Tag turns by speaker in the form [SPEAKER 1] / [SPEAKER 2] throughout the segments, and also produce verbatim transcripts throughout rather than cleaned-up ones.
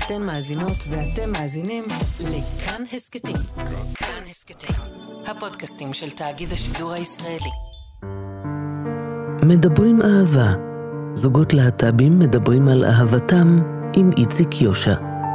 [SPEAKER 1] אתן מאזינות ואתם מאזינים לכאן הסקטים. כאן הסקטים, הפודקאסטים של תאגיד השידור הישראלי.
[SPEAKER 2] מדברים אהבה. זוגות להט"בים מדברים על אהבתם עם איציק יושע.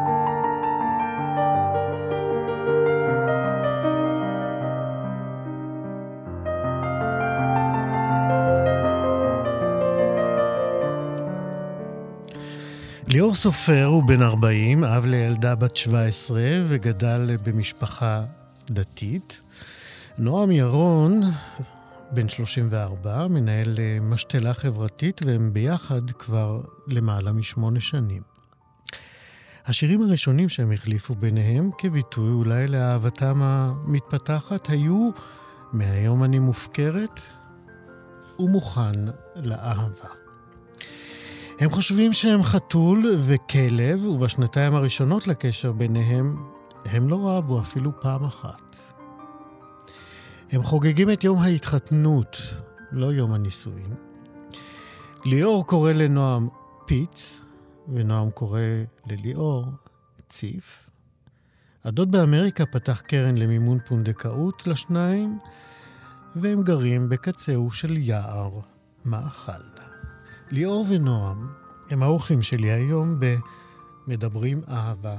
[SPEAKER 3] ליאור סופר הוא בן ארבעים, אב לילדה בת שבע עשרה וגדל במשפחה דתית. נועם ירון, בן שלושים וארבע, מנהל משתלה חברתית, והם ביחד כבר למעלה משמונה שנים. השירים הראשונים שהם החליפו ביניהם כביטוי אולי לאהבתם המתפתחת היו מהיום אני מופקרת ומוכן לאהבה. הם חושבים שהם חתול וכלב, ובשנתיים הראשונות לקשר ביניהם הם לא רבו אפילו פעם אחת. הם חוגגים את יום ההתחתנות, לא יום הנישואין. ליאור קורא לנועם פיץ, ונועם קורא לליאור ציף. הדוד באמריקה פתח קרן למימון פונדקאות לשניים, והם גרים בקצהו של יער מאכל. ליאור ונועם הם האורחים שלי היום במדברים אהבה.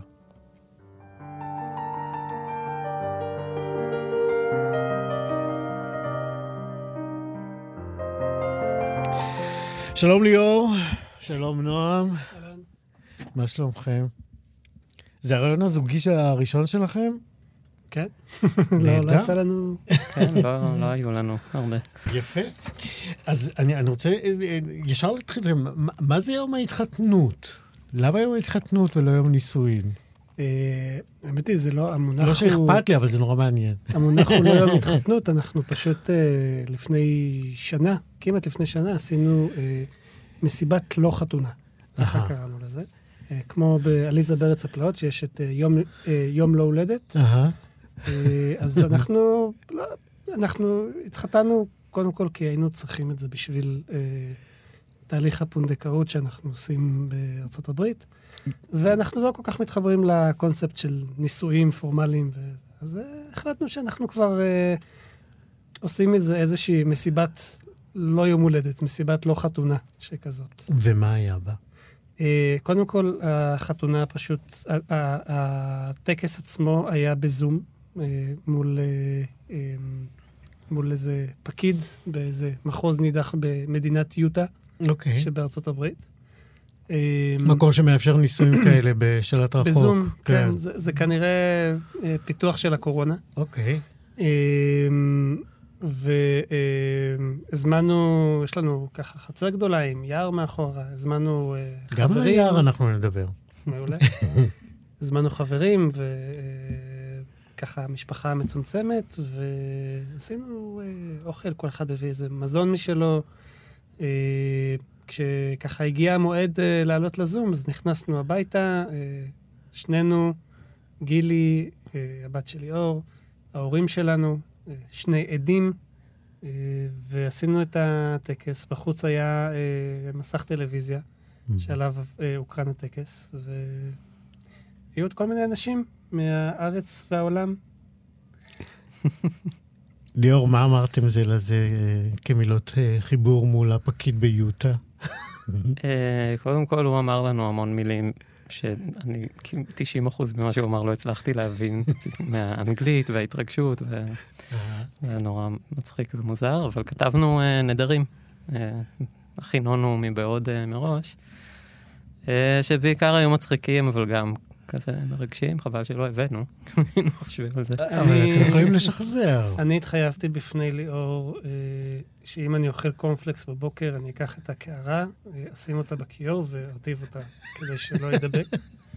[SPEAKER 3] שלום ליאור, שלום נועם. שלום. מה שלומכם? זה הרעיון הזוגי הראשון שלכם?
[SPEAKER 4] כן. לא, לא יצא לנו...
[SPEAKER 5] כן, לא, לא היו לנו הרבה.
[SPEAKER 3] יפה. אז אני, אני רוצה ישר להתחיל, מה, מה זה יום ההתחתנות? למה יום ההתחתנות ולא יום נישואין?
[SPEAKER 4] האמת היא, זה לא, המונח הוא...
[SPEAKER 3] לא שאכפת לי, אבל זה נורא מעניין.
[SPEAKER 4] המונח הוא לא יום התחתנות, אנחנו פשוט לפני שנה, כמעט לפני שנה, עשינו מסיבת לא חתונה. ככה קראנו לזה. כמו בעליזה בארץ הפלאות, שיש את יום, יום לא הולדת. אז אנחנו, אנחנו התחתנו קודם כל כי היינו צריכים את זה בשביל תהליך הפונדקאות שאנחנו עושים בארצות הברית, ואנחנו לא כל כך מתחברים לקונספט של נישואים פורמליים, אז החלטנו שאנחנו כבר עושים מזה איזושהי מסיבת לא יום הולדת, מסיבת לא חתונה שכזאת.
[SPEAKER 3] ומה היה בה?
[SPEAKER 4] קודם כל, החתונה פשוט, הטקס עצמו היה בזום, מול, מול איזה פקיד, באיזה מחוז נידח במדינת יוטה,
[SPEAKER 3] אוקיי.
[SPEAKER 4] שבארצות הברית.
[SPEAKER 3] מקום שמאפשר ניסויים כאלה בשלט רחוק.
[SPEAKER 4] בזום, כן. זה, זה כנראה פיתוח של הקורונה.
[SPEAKER 3] אוקיי.
[SPEAKER 4] והזמנו, יש לנו ככה חצר גדולה עם יער מאחורה, הזמנו חברים.
[SPEAKER 3] גם על היער אנחנו נדבר.
[SPEAKER 4] מעולה. הזמנו חברים וככה משפחה מצומצמת, ועשינו אוכל, כל אחד הביא איזה מזון משלו. כשככה הגיע המועד לעלות לזום, אז נכנסנו הביתה, שנינו, גילי, הבת שלי אור, ההורים שלנו, שני עדים, ועשינו את הטקס. בחוץ היה מסך טלוויזיה, שעליו הוקרן הטקס, והיו עוד כל מיני אנשים מהארץ והעולם.
[SPEAKER 3] ליאור, מה אמרתם זה לזה כמילות חיבור מול הפקיד ביוטה?
[SPEAKER 5] קודם כל, הוא אמר לנו המון מילים שאני, תשעים אחוז ממה שהוא אמר לא הצלחתי להבין מהאנגלית וההתרגשות, וזה נורא מצחיק ומוזר, אבל כתבנו נדרים, הכינונו מבעוד מראש, שבעיקר היו מצחיקים, אבל גם כזה מרגשים, חבל שלא הבאנו. חושבים על זה.
[SPEAKER 3] אבל אתם יכולים לשחזר.
[SPEAKER 4] אני התחייבתי בפני ליאור, שאם אני אוכל קורנפלקס בבוקר, אני אקח את הקערה, אשים אותה בכיור וארטיב אותה, כדי שלא ידבק.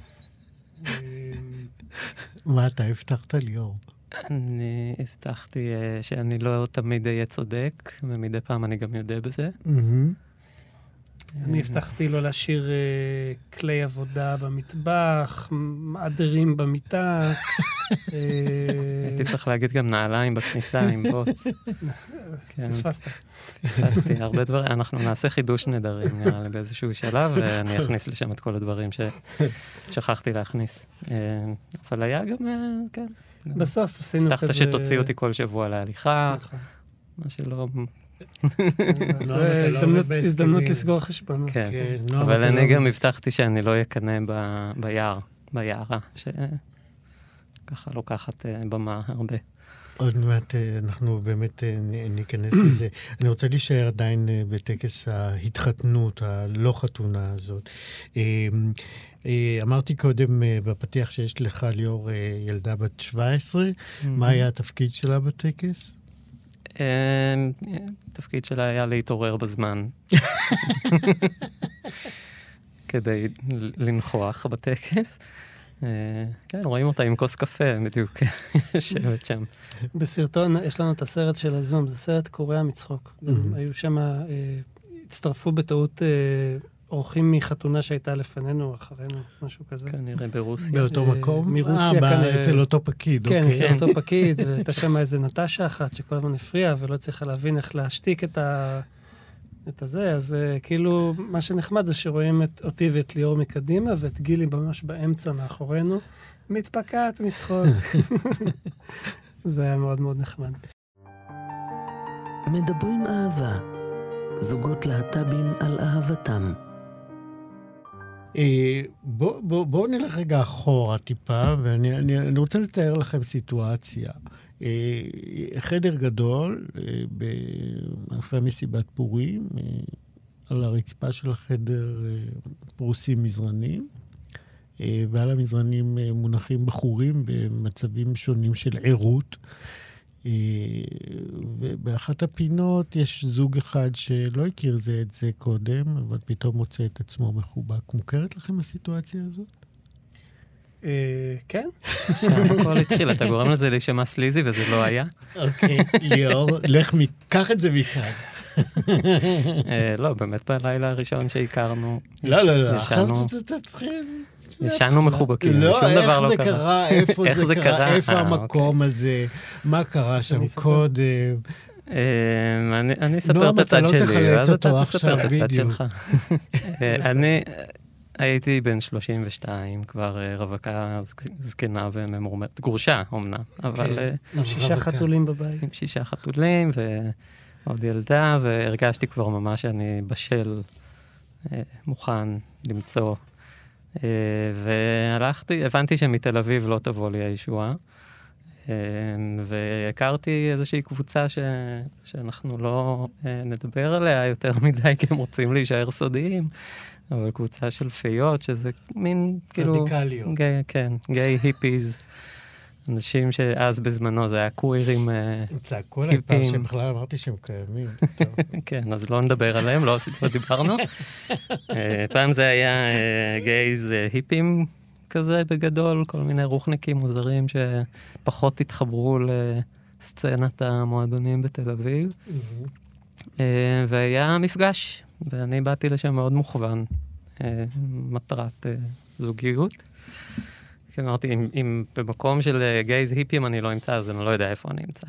[SPEAKER 3] מה אתה הבטחת, ליאור?
[SPEAKER 5] אני הבטחתי שאני לא תמיד אהיה צודק, ומדי פעם אני גם יודע בזה.
[SPEAKER 4] אני הבטחתי לו להשאיר כלי עבודה במטבח, מעדרים במיטה.
[SPEAKER 5] הייתי צריך להגיד גם נעליים בכניסה עם בוץ.
[SPEAKER 4] פספסת.
[SPEAKER 5] פספסתי הרבה דברים. אנחנו נעשה חידוש נדרים, נראה לי, באיזשהו שלב, ואני אכניס לשם את כל הדברים ששכחתי להכניס. אבל היה גם, כן.
[SPEAKER 4] בסוף עשינו כזה...
[SPEAKER 5] הבטחת שתוציא אותי כל שבוע להליכה, מה שלא...
[SPEAKER 4] זה הזדמנות לסגור חשבון.
[SPEAKER 5] כן, אבל אני גם הבטחתי שאני לא אקנה ביער, ביערה, שככה לוקחת במה הרבה.
[SPEAKER 3] עוד מעט אנחנו באמת ניכנס לזה. אני רוצה להישאר עדיין בטקס ההתחתנות, הלא חתונה הזאת. אמרתי קודם בפתיח שיש לך ליאור ילדה בת שבע עשרה. מה היה התפקיד שלה בטקס?
[SPEAKER 5] התפקיד שלה היה להתעורר בזמן. כדי לנחוח בטקס. כן, רואים אותה עם כוס קפה, בדיוק, יושבת שם.
[SPEAKER 4] בסרטון, יש לנו את הסרט של הזום, זה סרט קורע מצחוק. היו שם, הצטרפו בטעות אורחים מחתונה שהייתה לפנינו, אחרינו, משהו כזה.
[SPEAKER 5] כנראה ברוסיה.
[SPEAKER 3] באותו מקום?
[SPEAKER 4] מרוסיה כנראה.
[SPEAKER 3] אצל אותו פקיד,
[SPEAKER 4] כן,
[SPEAKER 3] אוקיי.
[SPEAKER 4] אצל אותו פקיד, והייתה שם איזה נטשה אחת שכל הזמן הפריעה, ולא צריכה להבין איך להשתיק את ה... את הזה, אז כאילו, מה שנחמד זה שרואים את אותי ואת ליאור מקדימה, ואת גילי ממש באמצע מאחורינו, מתפקעת מצחוק. זה היה מאוד מאוד נחמד.
[SPEAKER 2] מדברים אהבה. זוגות להט"בים על אהבתם.
[SPEAKER 3] בואו בוא, בוא נלך רגע אחורה טיפה, ואני אני, אני רוצה לתאר לכם סיטואציה. חדר גדול, אחרי מסיבת פורים, על הרצפה של החדר פרוסים מזרנים, ועל המזרנים מונחים בחורים במצבים שונים של עירות, ובאחת הפינות יש זוג אחד שלא הכיר זה את זה קודם, אבל פתאום מוצא את עצמו מחובק. מוכרת לכם הסיטואציה הזאת?
[SPEAKER 4] כן.
[SPEAKER 5] שם הכל התחיל, אתה גורם לזה להישמע סליזי וזה לא היה.
[SPEAKER 3] אוקיי, ליאור, לך, קח את זה מכאן.
[SPEAKER 5] לא, באמת בלילה הראשון שהכרנו.
[SPEAKER 3] לא, לא, לא, עכשיו אתה צריך...
[SPEAKER 5] ישנו מחובקים, שום דבר לא קרה.
[SPEAKER 3] איך זה קרה, איפה המקום הזה, מה קרה שם קודם.
[SPEAKER 5] אני אספר את הצד שלי, ואז אתה תספר את הצד שלך. אני הייתי בן שלושים ושתיים, כבר רווקה זקנה וממורמרת, גרושה אומנה, אבל...
[SPEAKER 4] עם שישה חתולים בבית.
[SPEAKER 5] עם שישה חתולים ועוד ילדה, והרגשתי כבר ממש שאני בשל, מוכן למצוא. והלכתי, הבנתי שמתל אביב לא תבוא לי הישועה, והכרתי איזושהי קבוצה ש... שאנחנו לא נדבר עליה יותר מדי, כי הם רוצים להישאר סודיים, אבל קבוצה של פיות, שזה מין, כאילו...
[SPEAKER 3] רדיקליות.
[SPEAKER 5] גיי, כן, גיי היפיז. אנשים שאז בזמנו זה היה קווירים היפים.
[SPEAKER 3] צעקו עליהם פעם שבכלל אמרתי שהם קיימים.
[SPEAKER 5] כן, אז לא נדבר עליהם, לא דיברנו. פעם זה היה גייז היפים כזה בגדול, כל מיני רוחניקים מוזרים שפחות התחברו לסצנת המועדונים בתל אביב. והיה מפגש, ואני באתי לשם מאוד מוכוון, מטרת זוגיות. אמרתי, אם, אם במקום של גייז היפים אני לא אמצא, אז אני לא יודע איפה אני אמצא.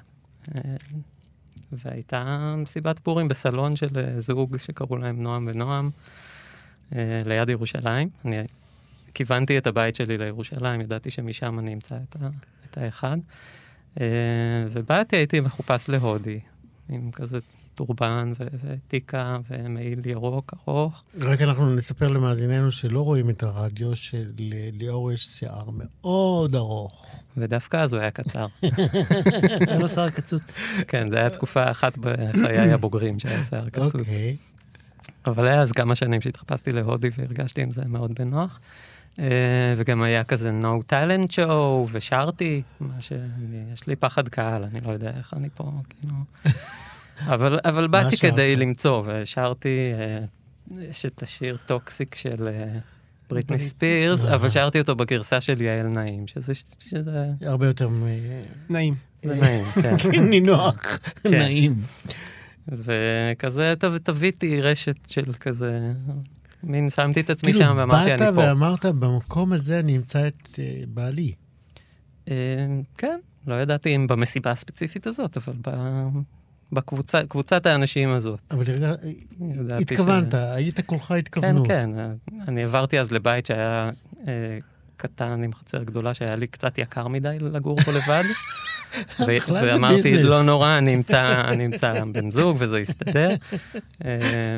[SPEAKER 5] והייתה מסיבת פורים בסלון של זוג שקראו להם נועם ונועם, ליד ירושלים. אני כיוונתי את הבית שלי לירושלים, ידעתי שמשם אני אמצא את, ה, את האחד. ובאתי, הייתי מחופש להודי, עם כזה טורבן ותיקה ומעיל ירוק ארוך.
[SPEAKER 3] רק אנחנו נספר למאזיננו שלא רואים את הרדיו, שליאור יש שיער מאוד ארוך.
[SPEAKER 5] ודווקא אז הוא היה קצר.
[SPEAKER 4] היה לו שיער קצוץ.
[SPEAKER 5] כן, זו הייתה תקופה אחת בחיי הבוגרים שהיה שיער קצוץ.
[SPEAKER 3] אוקיי. אבל
[SPEAKER 5] היה אז כמה שנים שהתחפשתי להודי והרגשתי עם זה מאוד בנוח. וגם היה כזה no talent show, ושרתי, מה ש... יש לי פחד קהל, אני לא יודע איך אני פה, כאילו... אבל, אבל באתי כדי למצוא, ושרתי, יש את השיר טוקסיק של בריטני ספירס, אבל שרתי אותו בגרסה של יעל נעים, שזה... שזה...
[SPEAKER 3] הרבה יותר...
[SPEAKER 4] נעים.
[SPEAKER 5] נעים, כן.
[SPEAKER 3] נינוח, נעים.
[SPEAKER 5] וכזה תביתי רשת של כזה... מין שמתי את עצמי שם ואמרתי, אני פה.
[SPEAKER 3] כאילו באת ואמרת, במקום הזה אני אמצא את בעלי.
[SPEAKER 5] כן, לא ידעתי אם במסיבה הספציפית הזאת, אבל בקבוצה, קבוצת האנשים הזאת.
[SPEAKER 3] אבל רגע,
[SPEAKER 5] ידעתי
[SPEAKER 3] התכוונת,
[SPEAKER 5] ש-
[SPEAKER 3] היית כולך
[SPEAKER 5] כן,
[SPEAKER 3] התכוונות.
[SPEAKER 5] כן. אני עברתי אז לבית שהיה אה, קטן עם חצר גדולה, שהיה לי קצת יקר מדי לגור פה לבד. ו-
[SPEAKER 3] בכלל זה
[SPEAKER 5] ואמרתי,
[SPEAKER 3] ביזנס.
[SPEAKER 5] לא נורא, אני אמצא, אני אמצא בן זוג וזה יסתדר. אה,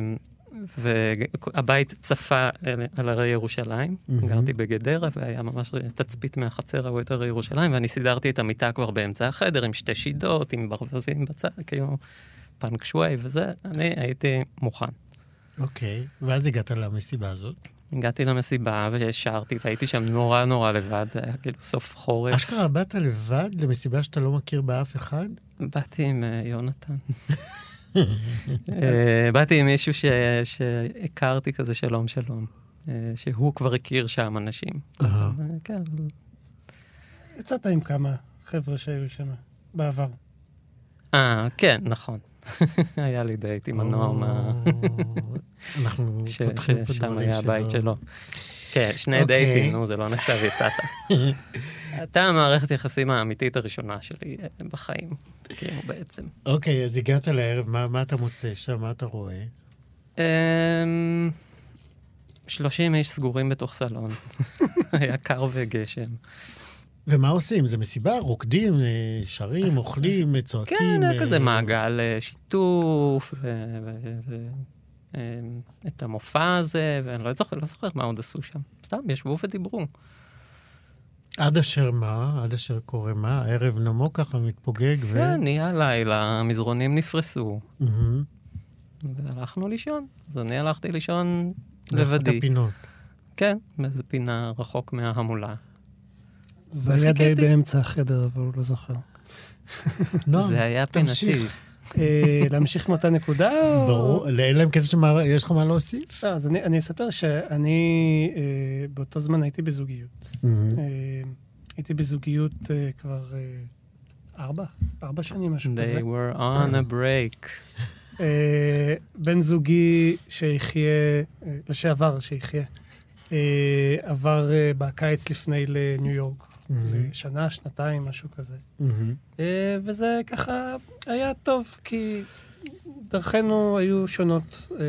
[SPEAKER 5] והבית צפה על- על הרי ירושלים,
[SPEAKER 3] מהמם.
[SPEAKER 5] גרתי בגדרה, והיה ממש תצפית מהחצר רואה את הרי ירושלים, ואני סידרתי את המיטה כבר באמצע החדר, עם שתי שידות, עם ברווזים בצד, כאילו פאנק שווי וזה, אני הייתי מוכן.
[SPEAKER 3] אוקיי, ואז הגעת למסיבה הזאת.
[SPEAKER 5] הגעתי למסיבה ושרתי, והייתי שם נורא נורא לבד, זה היה כאילו סוף חורף.
[SPEAKER 3] אשכרה, באת לבד למסיבה שאתה לא מכיר באף אחד?
[SPEAKER 5] באתי עם אה, יונתן. אה, באתי עם מישהו ש- שהכרתי כזה שלום שלום, אה, שהוא כבר הכיר שם אנשים.
[SPEAKER 3] אהה.
[SPEAKER 5] אה, כן,
[SPEAKER 4] יצאת עם כמה חבר'ה שהיו שם בעבר.
[SPEAKER 5] אה, כן, נכון. היה לי דייט עם הנועם, ה-
[SPEAKER 3] אנחנו
[SPEAKER 5] ש-
[SPEAKER 3] פותחים פה
[SPEAKER 5] ששם
[SPEAKER 3] דברים
[SPEAKER 5] היה הבית שלו. כן, שני
[SPEAKER 3] אוקיי.
[SPEAKER 5] דייטים, נו, זה לא נחשב, יצאת. אתה המערכת יחסים האמיתית הראשונה שלי אה, בחיים, כאילו בעצם.
[SPEAKER 3] אוקיי, אז הגעת לערב, מה מה אתה מוצא שם? מה אתה רואה?
[SPEAKER 5] אמ, שלושים איש סגורים בתוך סלון. היה קר וגשם.
[SPEAKER 3] ומה עושים? זה מסיבה? רוקדים, אה, שרים,
[SPEAKER 5] אז-
[SPEAKER 3] אוכלים, צועקים?
[SPEAKER 5] כן, היה
[SPEAKER 3] אה,
[SPEAKER 5] כזה מעגל אה, שיתוף, ו- ו- ו- אמ, את המופע הזה, ואני לא זוכר, לא זוכר מה עוד עשו שם. סתם, ישבו ודיברו.
[SPEAKER 3] עד אשר מה? עד אשר קורה מה? הערב נמו ככה מתפוגג ו...
[SPEAKER 5] כן, נהיה לילה, המזרונים נפרסו,
[SPEAKER 3] מהמם.
[SPEAKER 5] והלכנו לישון. אז אני הלכתי לישון
[SPEAKER 3] לאכול את
[SPEAKER 5] לבדי.
[SPEAKER 3] הפינות.
[SPEAKER 5] כן, באיזה פינה רחוק מההמולה.
[SPEAKER 4] זה היה די
[SPEAKER 5] וחיכיתי.
[SPEAKER 4] באמצע החדר, אבל הוא לא זוכר.
[SPEAKER 3] נועם,
[SPEAKER 5] זה היה
[SPEAKER 3] תמשיך.
[SPEAKER 5] פינתי.
[SPEAKER 4] אה, להמשיך מאותה נקודה? או-
[SPEAKER 3] ברור, אלא אם כן שמה- יש לך מה להוסיף?
[SPEAKER 4] לא, אז אני, אני אספר שאני אה, באותו זמן הייתי בזוגיות.
[SPEAKER 3] מהמם.
[SPEAKER 4] אה, הייתי בזוגיות אה, כבר אה, ארבע, ארבע שנים, משהו כזה.
[SPEAKER 5] They were on a break.
[SPEAKER 4] אה, בן זוגי שיחיה, אה, לשעבר שיחיה, אה, עבר אה, בקיץ לפני לניו יורק,
[SPEAKER 3] מהמם.
[SPEAKER 4] לשנה, שנתיים, משהו כזה.
[SPEAKER 3] מהמם.
[SPEAKER 4] אה, וזה ככה היה טוב, כי דרכינו היו שונות. אה,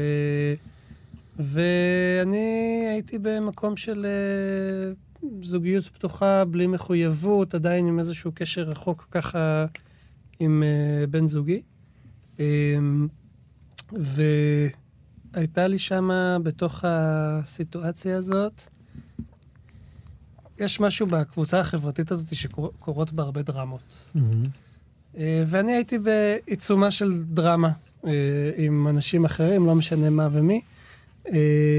[SPEAKER 4] ואני הייתי במקום של אה, זוגיות פתוחה, בלי מחויבות, עדיין עם איזשהו קשר רחוק ככה עם אה, בן זוגי. אה, והייתה לי שמה בתוך הסיטואציה הזאת, יש משהו בקבוצה החברתית הזאת שקורות בה הרבה דרמות.
[SPEAKER 3] מהמם.
[SPEAKER 4] אה, ואני הייתי בעיצומה של דרמה אה, עם אנשים אחרים, לא משנה מה ומי. אה,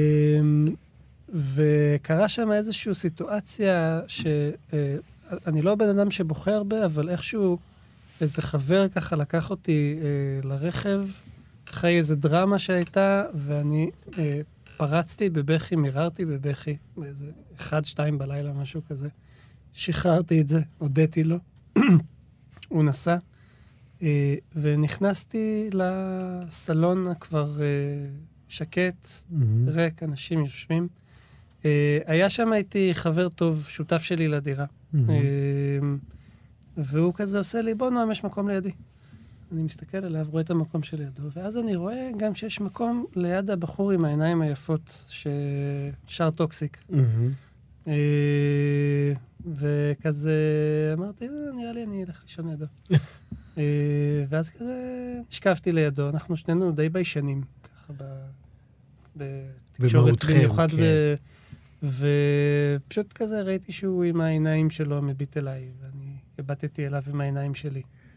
[SPEAKER 4] וקרה שם איזושהי סיטואציה שאני לא בן אדם שבוחר הרבה, אבל איכשהו איזה חבר ככה לקח אותי אה, לרכב, אחרי איזו דרמה שהייתה, ואני אה, פרצתי בבכי, מיררתי בבכי, באיזה אחד, שתיים בלילה, משהו כזה. שחררתי את זה, הודיתי לו. הוא נסע, אה, ונכנסתי לסלון הכבר אה, שקט,
[SPEAKER 3] מהמם.
[SPEAKER 4] ריק, אנשים יושבים. אה, היה שם איתי חבר טוב, שותף שלי לדירה.
[SPEAKER 3] מהמם.
[SPEAKER 4] אה, והוא כזה עושה לי, בוא נועם, יש מקום לידי. אני מסתכל עליו, רואה את המקום שלידו, ואז אני רואה גם שיש מקום ליד הבחור עם העיניים היפות, ששר טוקסיק.
[SPEAKER 3] מהמם.
[SPEAKER 4] אה, וכזה אמרתי, "אה, נראה לי אני אלך לישון לידו. אה, ואז כזה נשכבתי לידו, אנחנו שנינו די ביישנים, ככה ב- בתקשורת,
[SPEAKER 3] במהותכם,
[SPEAKER 4] במיוחד
[SPEAKER 3] כן.
[SPEAKER 4] ב... ופשוט כזה ראיתי שהוא עם העיניים שלו מביט אליי, ואני הבטתי אליו עם העיניים שלי.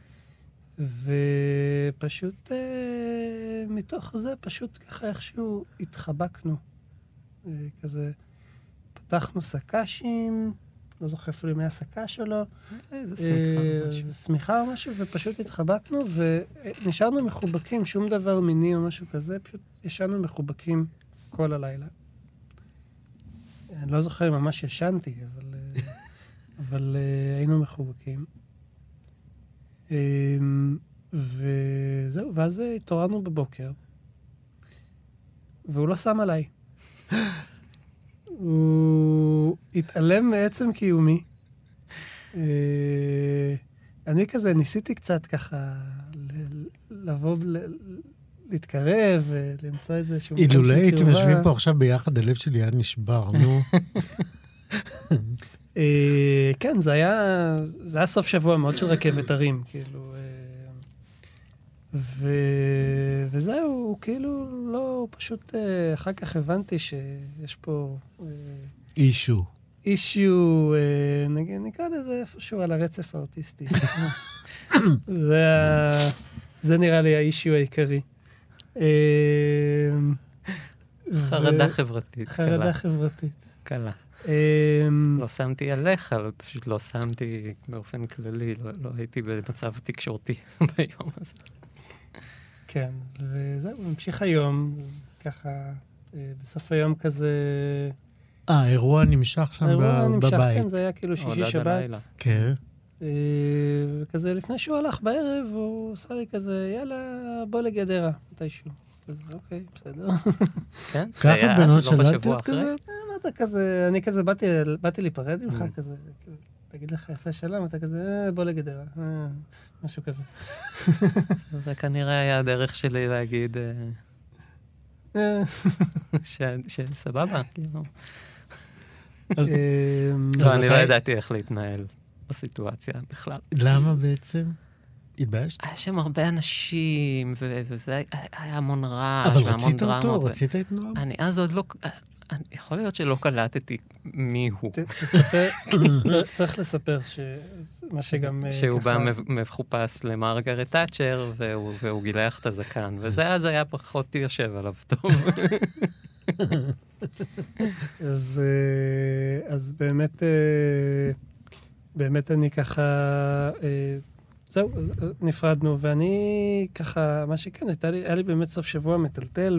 [SPEAKER 4] ופשוט אה, מתוך זה, פשוט ככה איכשהו התחבקנו. אה, כזה, פתחנו סקאשים, לא זוכר אפילו אם היה סקאש או לא.
[SPEAKER 5] איזה שמחה.
[SPEAKER 4] אה,
[SPEAKER 5] משהו.
[SPEAKER 4] שמיכה או משהו, ופשוט התחבקנו, ונשארנו מחובקים, שום דבר מיני או משהו כזה, פשוט ישנו מחובקים כל הלילה. אני לא זוכר אם ממש ישנתי, אבל, אה, אבל אה, היינו מחובקים. אה, וזהו, ואז התעוררנו בבוקר, והוא לא שם עליי. הוא התעלם מעצם קיומי. אה, אני כזה ניסיתי קצת ככה ל- לבוא, להתקרב ולמצוא איזשהו...
[SPEAKER 3] אילולא הייתם יושבים פה עכשיו ביחד, הלב שלי היה נשבר, נו.
[SPEAKER 4] כן, זה היה, זה היה סוף שבוע מאוד של רכבת הרים, כאילו, ו... וזהו, כאילו, לא, פשוט אחר כך הבנתי שיש פה...
[SPEAKER 3] אישו.
[SPEAKER 4] אישו, נגיד, נקרא לזה איפשהו על הרצף האוטיסטי. זה, זה נראה לי האישו העיקרי.
[SPEAKER 5] חרדה חברתית.
[SPEAKER 4] חרדה חברתית.
[SPEAKER 5] קלה. לא שמתי עליך, פשוט לא שמתי באופן כללי, לא הייתי במצב תקשורתי ביום הזה.
[SPEAKER 4] כן, וזהו, ממשיך היום, ככה, בסוף היום כזה...
[SPEAKER 3] אה, האירוע נמשך שם בבית.
[SPEAKER 4] האירוע נמשך, כן, זה היה כאילו שישי שבת.
[SPEAKER 3] כן.
[SPEAKER 4] וכזה, לפני שהוא הלך בערב, הוא עשה לי כזה, יאללה, בוא לגדרה, מתישהו. אז אוקיי, בסדר.
[SPEAKER 5] כן?
[SPEAKER 3] ככה בנות שלטת כזה?
[SPEAKER 4] אמרת כזה, אני כזה, באתי להיפרד ממך כזה, תגיד לך יפה שלום, אתה כזה, בוא לגדרה, משהו כזה.
[SPEAKER 5] זה כנראה היה הדרך שלי להגיד שסבבה, כאילו. לא, אני לא ידעתי איך להתנהל בסיטואציה בכלל.
[SPEAKER 3] למה בעצם? התביישת?
[SPEAKER 5] היה שם הרבה אנשים, וזה היה המון רעש,
[SPEAKER 3] אבל
[SPEAKER 5] והמון
[SPEAKER 3] רצית
[SPEAKER 5] דרמות.
[SPEAKER 3] אותו? רצית את נועם?
[SPEAKER 5] אני אז עוד לא... יכול להיות שלא קלטתי מי הוא.
[SPEAKER 4] תספר, צריך לספר שמה שגם...
[SPEAKER 5] שהוא בא מחופש למרגרט תאצ'ר, והוא גילח את הזקן, וזה אז היה פחות יושב עליו טוב.
[SPEAKER 4] אז באמת, באמת אני ככה... זהו, נפרדנו, ואני ככה, מה שכן, היה לי באמת סוף שבוע מטלטל,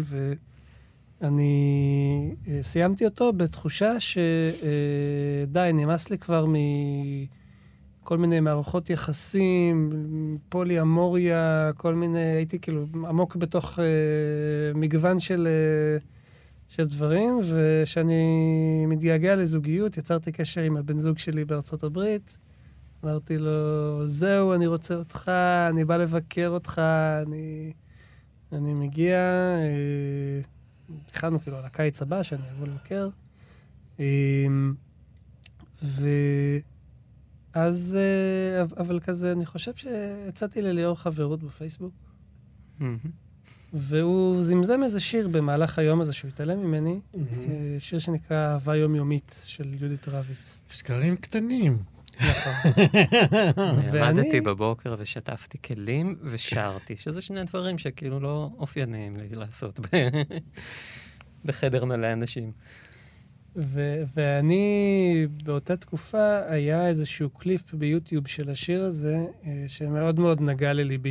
[SPEAKER 4] ואני סיימתי אותו בתחושה שדי, נמאס לי כבר מכל מיני מערכות יחסים, פולי אמוריה, כל מיני, הייתי כאילו עמוק בתוך מגוון של, של דברים, ושאני מתגעגע לזוגיות, יצרתי קשר עם הבן זוג שלי בארצות הברית, אמרתי לו, זהו, אני רוצה אותך, אני בא לבקר אותך, אני, אני מגיע, אה, התחלנו כאילו על הקיץ הבא שאני אבוא לבקר, אה, ואז, אה, אבל כזה, אני חושב שיצאתי לליאור חברות בפייסבוק, והוא זמזם איזה שיר במהלך היום הזה שהוא התעלם ממני, אה, שיר שנקרא אהבה יומיומית של יהודית רביץ.
[SPEAKER 3] שקרים קטנים.
[SPEAKER 4] נכון.
[SPEAKER 5] עמדתי בבוקר ושטפתי כלים ושרתי, שזה שני דברים שכאילו לא אופייניים לי לעשות בחדר מלא אנשים.
[SPEAKER 4] ואני באותה תקופה היה איזשהו קליפ ביוטיוב של השיר הזה, שמאוד מאוד נגע לליבי.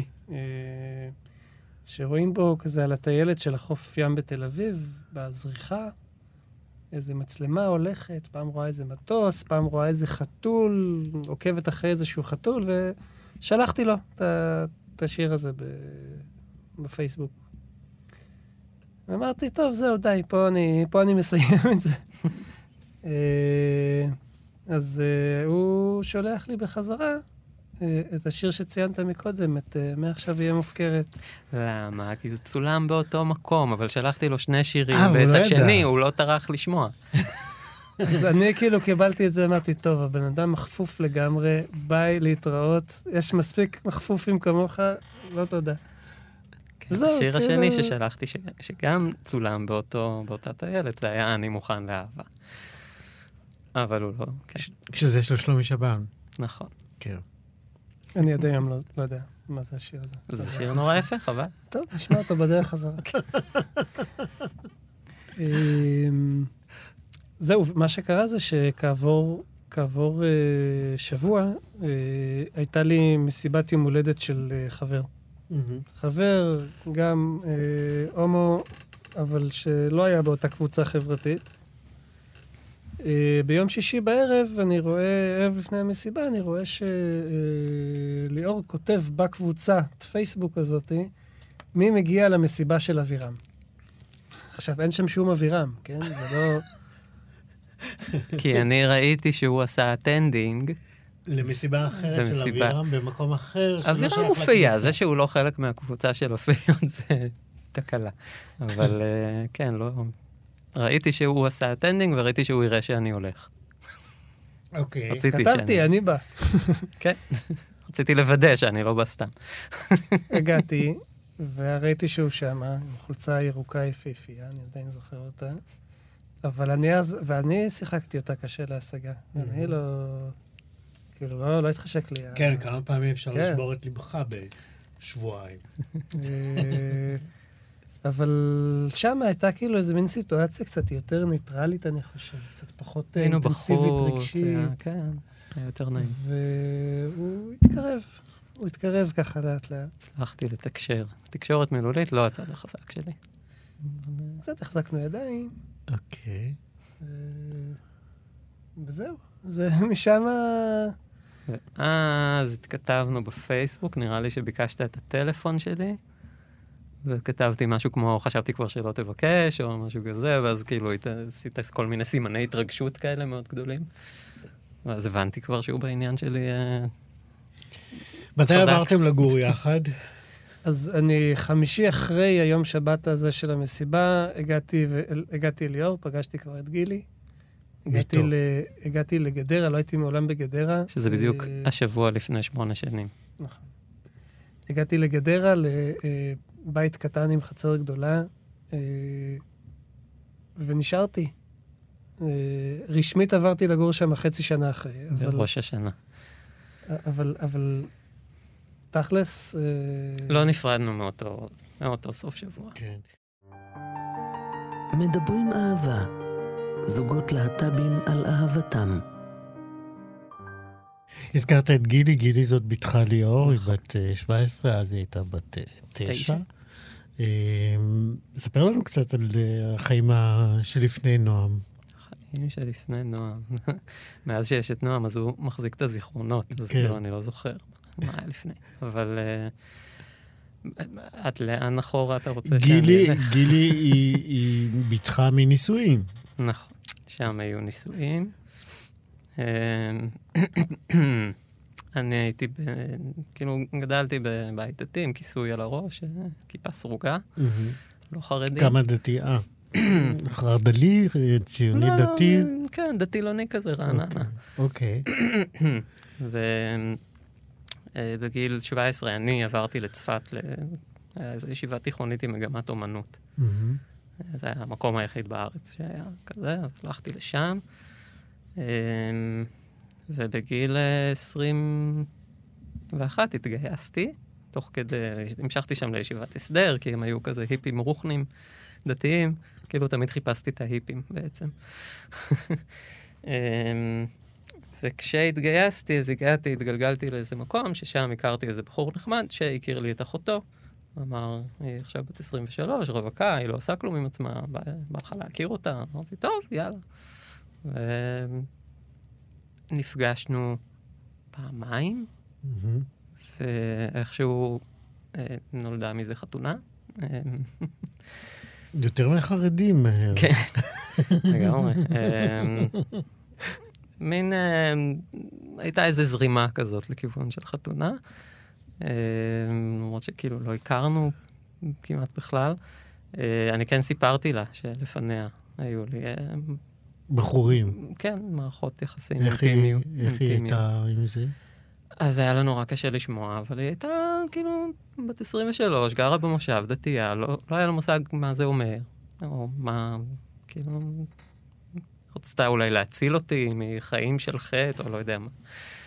[SPEAKER 4] שרואים בו כזה על הטיילת של החוף ים בתל אביב, בזריחה, איזה מצלמה הולכת, פעם רואה איזה מטוס, פעם רואה איזה חתול, עוקבת אחרי איזשהו חתול, ושלחתי לו את השיר הזה בפייסבוק. ואמרתי, טוב, זהו, די, פה אני, פה אני מסיים את זה. אז הוא שולח לי בחזרה את השיר שציינת מקודם, את מעכשיו יהיה מופקרת.
[SPEAKER 5] למה? כי זה צולם באותו מקום, אבל שלחתי לו שני שירים, ואת השני הוא לא טרח לשמוע.
[SPEAKER 4] אז אני כאילו קיבלתי את זה, אמרתי, טוב, הבן אדם מחפוף לגמרי, ביי להתראות, יש מספיק מחפופים כמוך, לא תודה.
[SPEAKER 5] השיר השני ששלחתי, שגם צולם באותה טיילת, זה היה אני מוכן לאהבה. אבל הוא לא...
[SPEAKER 3] כשזה יש לו שלומי שבן.
[SPEAKER 5] נכון.
[SPEAKER 3] כן.
[SPEAKER 4] אני עד היום לא, לא יודע מה זה השיר הזה.
[SPEAKER 5] זה שיר נורא יפה, חבל.
[SPEAKER 4] טוב, נשמע אותו בדרך חזרה. זהו, מה שקרה זה שכעבור כעבור, שבוע הייתה לי מסיבת יום הולדת של חבר. חבר, גם הומו, אבל שלא היה באותה קבוצה חברתית. ביום שישי בערב, אני רואה, ערב לפני המסיבה, אני רואה שליאור כותב בקבוצה, את פייסבוק הזאת, מי מגיע למסיבה של אבירם. עכשיו, אין שם שום אבירם, כן? זה לא...
[SPEAKER 5] כי אני ראיתי שהוא עשה אטנדינג,
[SPEAKER 3] למסיבה אחרת של אבירם במקום אחר.
[SPEAKER 5] אבירם מופיע, זה שהוא לא חלק מהקבוצה של אופיות, זה תקלה. אבל כן, לא... ראיתי שהוא עשה הטנדינג, וראיתי שהוא יראה שאני הולך.
[SPEAKER 3] אוקיי.
[SPEAKER 4] כתבתי, אני בא.
[SPEAKER 5] כן. רציתי לוודא שאני לא בא סתם.
[SPEAKER 4] הגעתי, וראיתי שהוא שם, עם חולצה ירוקה יפהפייה, אני עדיין זוכר אותה. אבל אני אז, ואני שיחקתי אותה קשה להשגה. אני לא... כאילו, לא, לא התחשק לי.
[SPEAKER 3] כן, כמה פעמים אפשר לשבור את לבך בשבועיים.
[SPEAKER 4] אבל שם הייתה כאילו איזו מין סיטואציה קצת יותר ניטרלית, אני חושב. קצת פחות אינטנסיבית, רגשית.
[SPEAKER 5] כן, היה יותר נעים.
[SPEAKER 4] והוא התקרב. הוא התקרב ככה לאט לאט.
[SPEAKER 5] הצלחתי לתקשר. תקשורת מילולית, לא הצד החזק שלי.
[SPEAKER 4] קצת החזקנו ידיים.
[SPEAKER 3] אוקיי.
[SPEAKER 4] וזהו. זה משם...
[SPEAKER 5] ואז התכתבנו בפייסבוק, נראה לי שביקשת את הטלפון שלי, וכתבתי משהו כמו, חשבתי כבר שלא תבקש, או משהו כזה, ואז כאילו עשית כל מיני סימני התרגשות כאלה מאוד גדולים. ואז הבנתי כבר שהוא בעניין שלי...
[SPEAKER 3] מתי עברתם לגור יחד?
[SPEAKER 4] אז אני חמישי אחרי היום שבת הזה של המסיבה, הגעתי, הגעתי ליאור, פגשתי כבר את גילי. הגעתי, ל, הגעתי לגדרה, לא הייתי מעולם בגדרה.
[SPEAKER 5] שזה בדיוק ו... השבוע לפני שמונה שנים.
[SPEAKER 4] נכון. הגעתי לגדרה, לבית קטן עם חצר גדולה, ונשארתי. רשמית עברתי לגור שם חצי שנה אחרי.
[SPEAKER 5] בראש השנה.
[SPEAKER 4] אבל, אבל תכלס...
[SPEAKER 5] לא נפרדנו מאותו, מאותו סוף שבוע.
[SPEAKER 3] כן.
[SPEAKER 2] מדברים אהבה. זוגות להט"בים על אהבתם.
[SPEAKER 3] הזכרת את גילי, גילי זאת בתך ליאור, היא בת שבע עשרה, אז היא הייתה בת תשע. ספר לנו קצת על החיים שלפני נועם.
[SPEAKER 5] החיים שלפני נועם. מאז שיש את נועם, אז הוא מחזיק את הזיכרונות, אז לא, אני לא זוכר מה היה לפני. אבל עד לאן אחורה אתה רוצה שאני אלך?
[SPEAKER 3] גילי היא בתך מנישואים.
[SPEAKER 5] נכון, שם היו נישואים. אני הייתי, כאילו, גדלתי בבית דתי עם כיסוי על הראש, כיפה סרוגה, לא חרדי.
[SPEAKER 3] כמה דתי? אה, חרדלי, ציוני דתי?
[SPEAKER 5] כן, דתי-לוני כזה, רעננה.
[SPEAKER 3] אוקיי.
[SPEAKER 5] ובגיל שבע עשרה אני עברתי לצפת, לאיזו ישיבה תיכונית עם מגמת אומנות. זה היה המקום היחיד בארץ שהיה כזה, אז הלכתי לשם. ובגיל עשרים ואחת התגייסתי, תוך כדי, המשכתי שם לישיבת הסדר, כי הם היו כזה היפים רוחנים, דתיים, כאילו תמיד חיפשתי את ההיפים בעצם. וכשהתגייסתי, אז הגעתי, התגלגלתי לאיזה מקום, ששם הכרתי איזה בחור נחמד, שהכיר לי את אחותו. אמר, היא עכשיו בת עשרים ושלוש, רווקה, היא לא עושה כלום עם עצמה, בא, בא לך להכיר אותה. אמרתי, טוב, יאללה. ונפגשנו פעמיים, mm-hmm. ואיכשהו אה, נולדה מזה חתונה.
[SPEAKER 3] יותר מחרדים מהר.
[SPEAKER 5] כן, לגמרי. מין, אה, הייתה איזו זרימה כזאת לכיוון של חתונה. למרות שכאילו לא הכרנו כמעט בכלל. אני כן סיפרתי לה שלפניה היו לי...
[SPEAKER 3] בחורים.
[SPEAKER 5] כן, מערכות יחסים
[SPEAKER 3] אינטימיות. איך היא הייתה עם זה?
[SPEAKER 5] אז היה לנו רק קשה לשמוע, אבל היא הייתה כאילו בת עשרים ושלוש, גרה במושב, דתייה, לא, לא היה לה מושג מה זה אומר, או מה, כאילו... רצתה אולי להציל אותי מחיים של חטא, או לא יודע מה.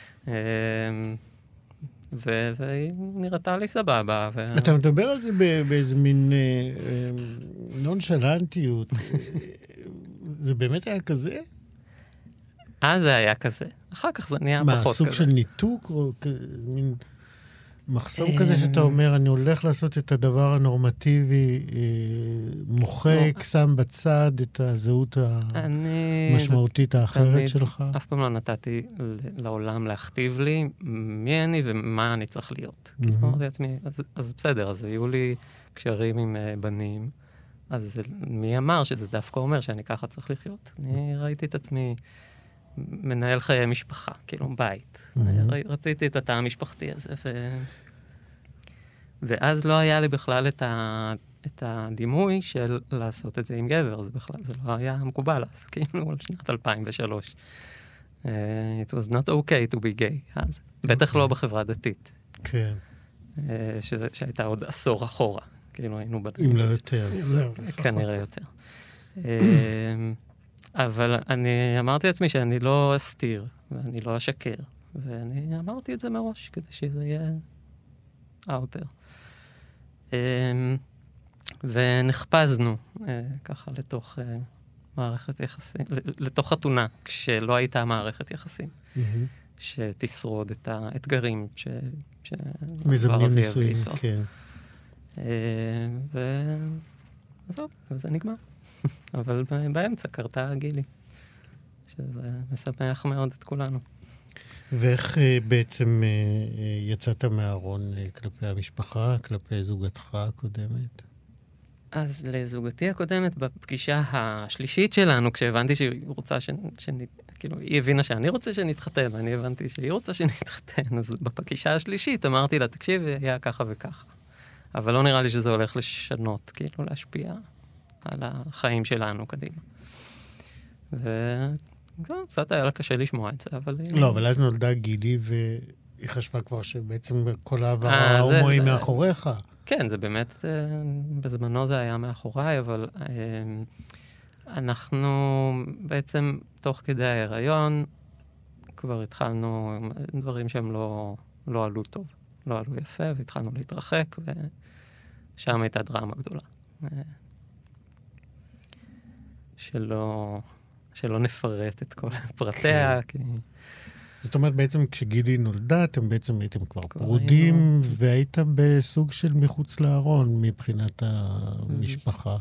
[SPEAKER 5] והיא נראתה לי סבבה.
[SPEAKER 3] אתה מדבר על זה באיזה מין נונשלנטיות. זה באמת היה כזה?
[SPEAKER 5] אז זה היה כזה. אחר כך זה נהיה פחות כזה.
[SPEAKER 3] מה, סוג של ניתוק? או מין מחסום כזה שאתה אומר, אני הולך לעשות את הדבר הנורמטיבי, מוחק, שם בצד את הזהות המשמעותית האחרת שלך?
[SPEAKER 5] אף פעם לא נתתי לעולם להכתיב לי מי אני ומה אני צריך להיות. אמרתי לעצמי, אז בסדר, אז היו לי קשרים עם בנים, אז מי אמר שזה דווקא אומר שאני ככה צריך לחיות? אני ראיתי את עצמי מנהל חיי משפחה, כאילו בית. Mm-hmm. רציתי את התא המשפחתי הזה, ו... ואז לא היה לי בכלל את, ה... את הדימוי של לעשות את זה עם גבר, זה בכלל, זה לא היה מקובל אז, כאילו, שנת אלפיים ושלוש. Uh, it was not okay to be gay, אז. Okay. בטח לא בחברה דתית.
[SPEAKER 3] כן.
[SPEAKER 5] Uh, ש... שהייתה עוד עשור אחורה, כאילו היינו בדתית.
[SPEAKER 3] אם לא יותר.
[SPEAKER 5] זהו, כנראה יותר. Uh, אבל אני אמרתי לעצמי שאני לא אסתיר, ואני לא אשקר, ואני אמרתי את זה מראש, כדי שזה יהיה אאוטר. ונחפזנו ככה לתוך מערכת יחסים, לתוך חתונה, כשלא הייתה מערכת יחסים, שתשרוד את האתגרים שהדבר הזה יביא איתו. וזהו, וזה נגמר. אבל באמצע קרתה גילי, שזה משמח מאוד את כולנו.
[SPEAKER 3] ואיך בעצם יצאת מהארון כלפי המשפחה, כלפי זוגתך הקודמת?
[SPEAKER 5] אז לזוגתי הקודמת, בפגישה השלישית שלנו, כשהבנתי שהיא רוצה ש... כאילו, היא הבינה שאני רוצה שנתחתן, ואני הבנתי שהיא רוצה שנתחתן, אז בפגישה השלישית אמרתי לה, תקשיב, היה ככה וככה. אבל לא נראה לי שזה הולך לשנות, כאילו להשפיע על החיים שלנו קדימה. וקצת היה לה קשה לשמוע את זה, אבל...
[SPEAKER 3] לא, אבל אז נולדה גילי, והיא חשבה כבר שבעצם כל העבר ההומואי מאחוריך.
[SPEAKER 5] כן, זה באמת, בזמנו זה היה מאחוריי, אבל אנחנו בעצם, תוך כדי ההיריון, כבר התחלנו דברים שהם לא, לא עלו טוב, לא עלו יפה, והתחלנו להתרחק, ושם הייתה דרמה גדולה. שלא, שלא נפרט את כל פרטיה, כי...
[SPEAKER 3] זאת אומרת, בעצם כשגילי נולדה, אתם בעצם הייתם כבר פרודים, והיית בסוג של מחוץ לארון מבחינת המשפחה.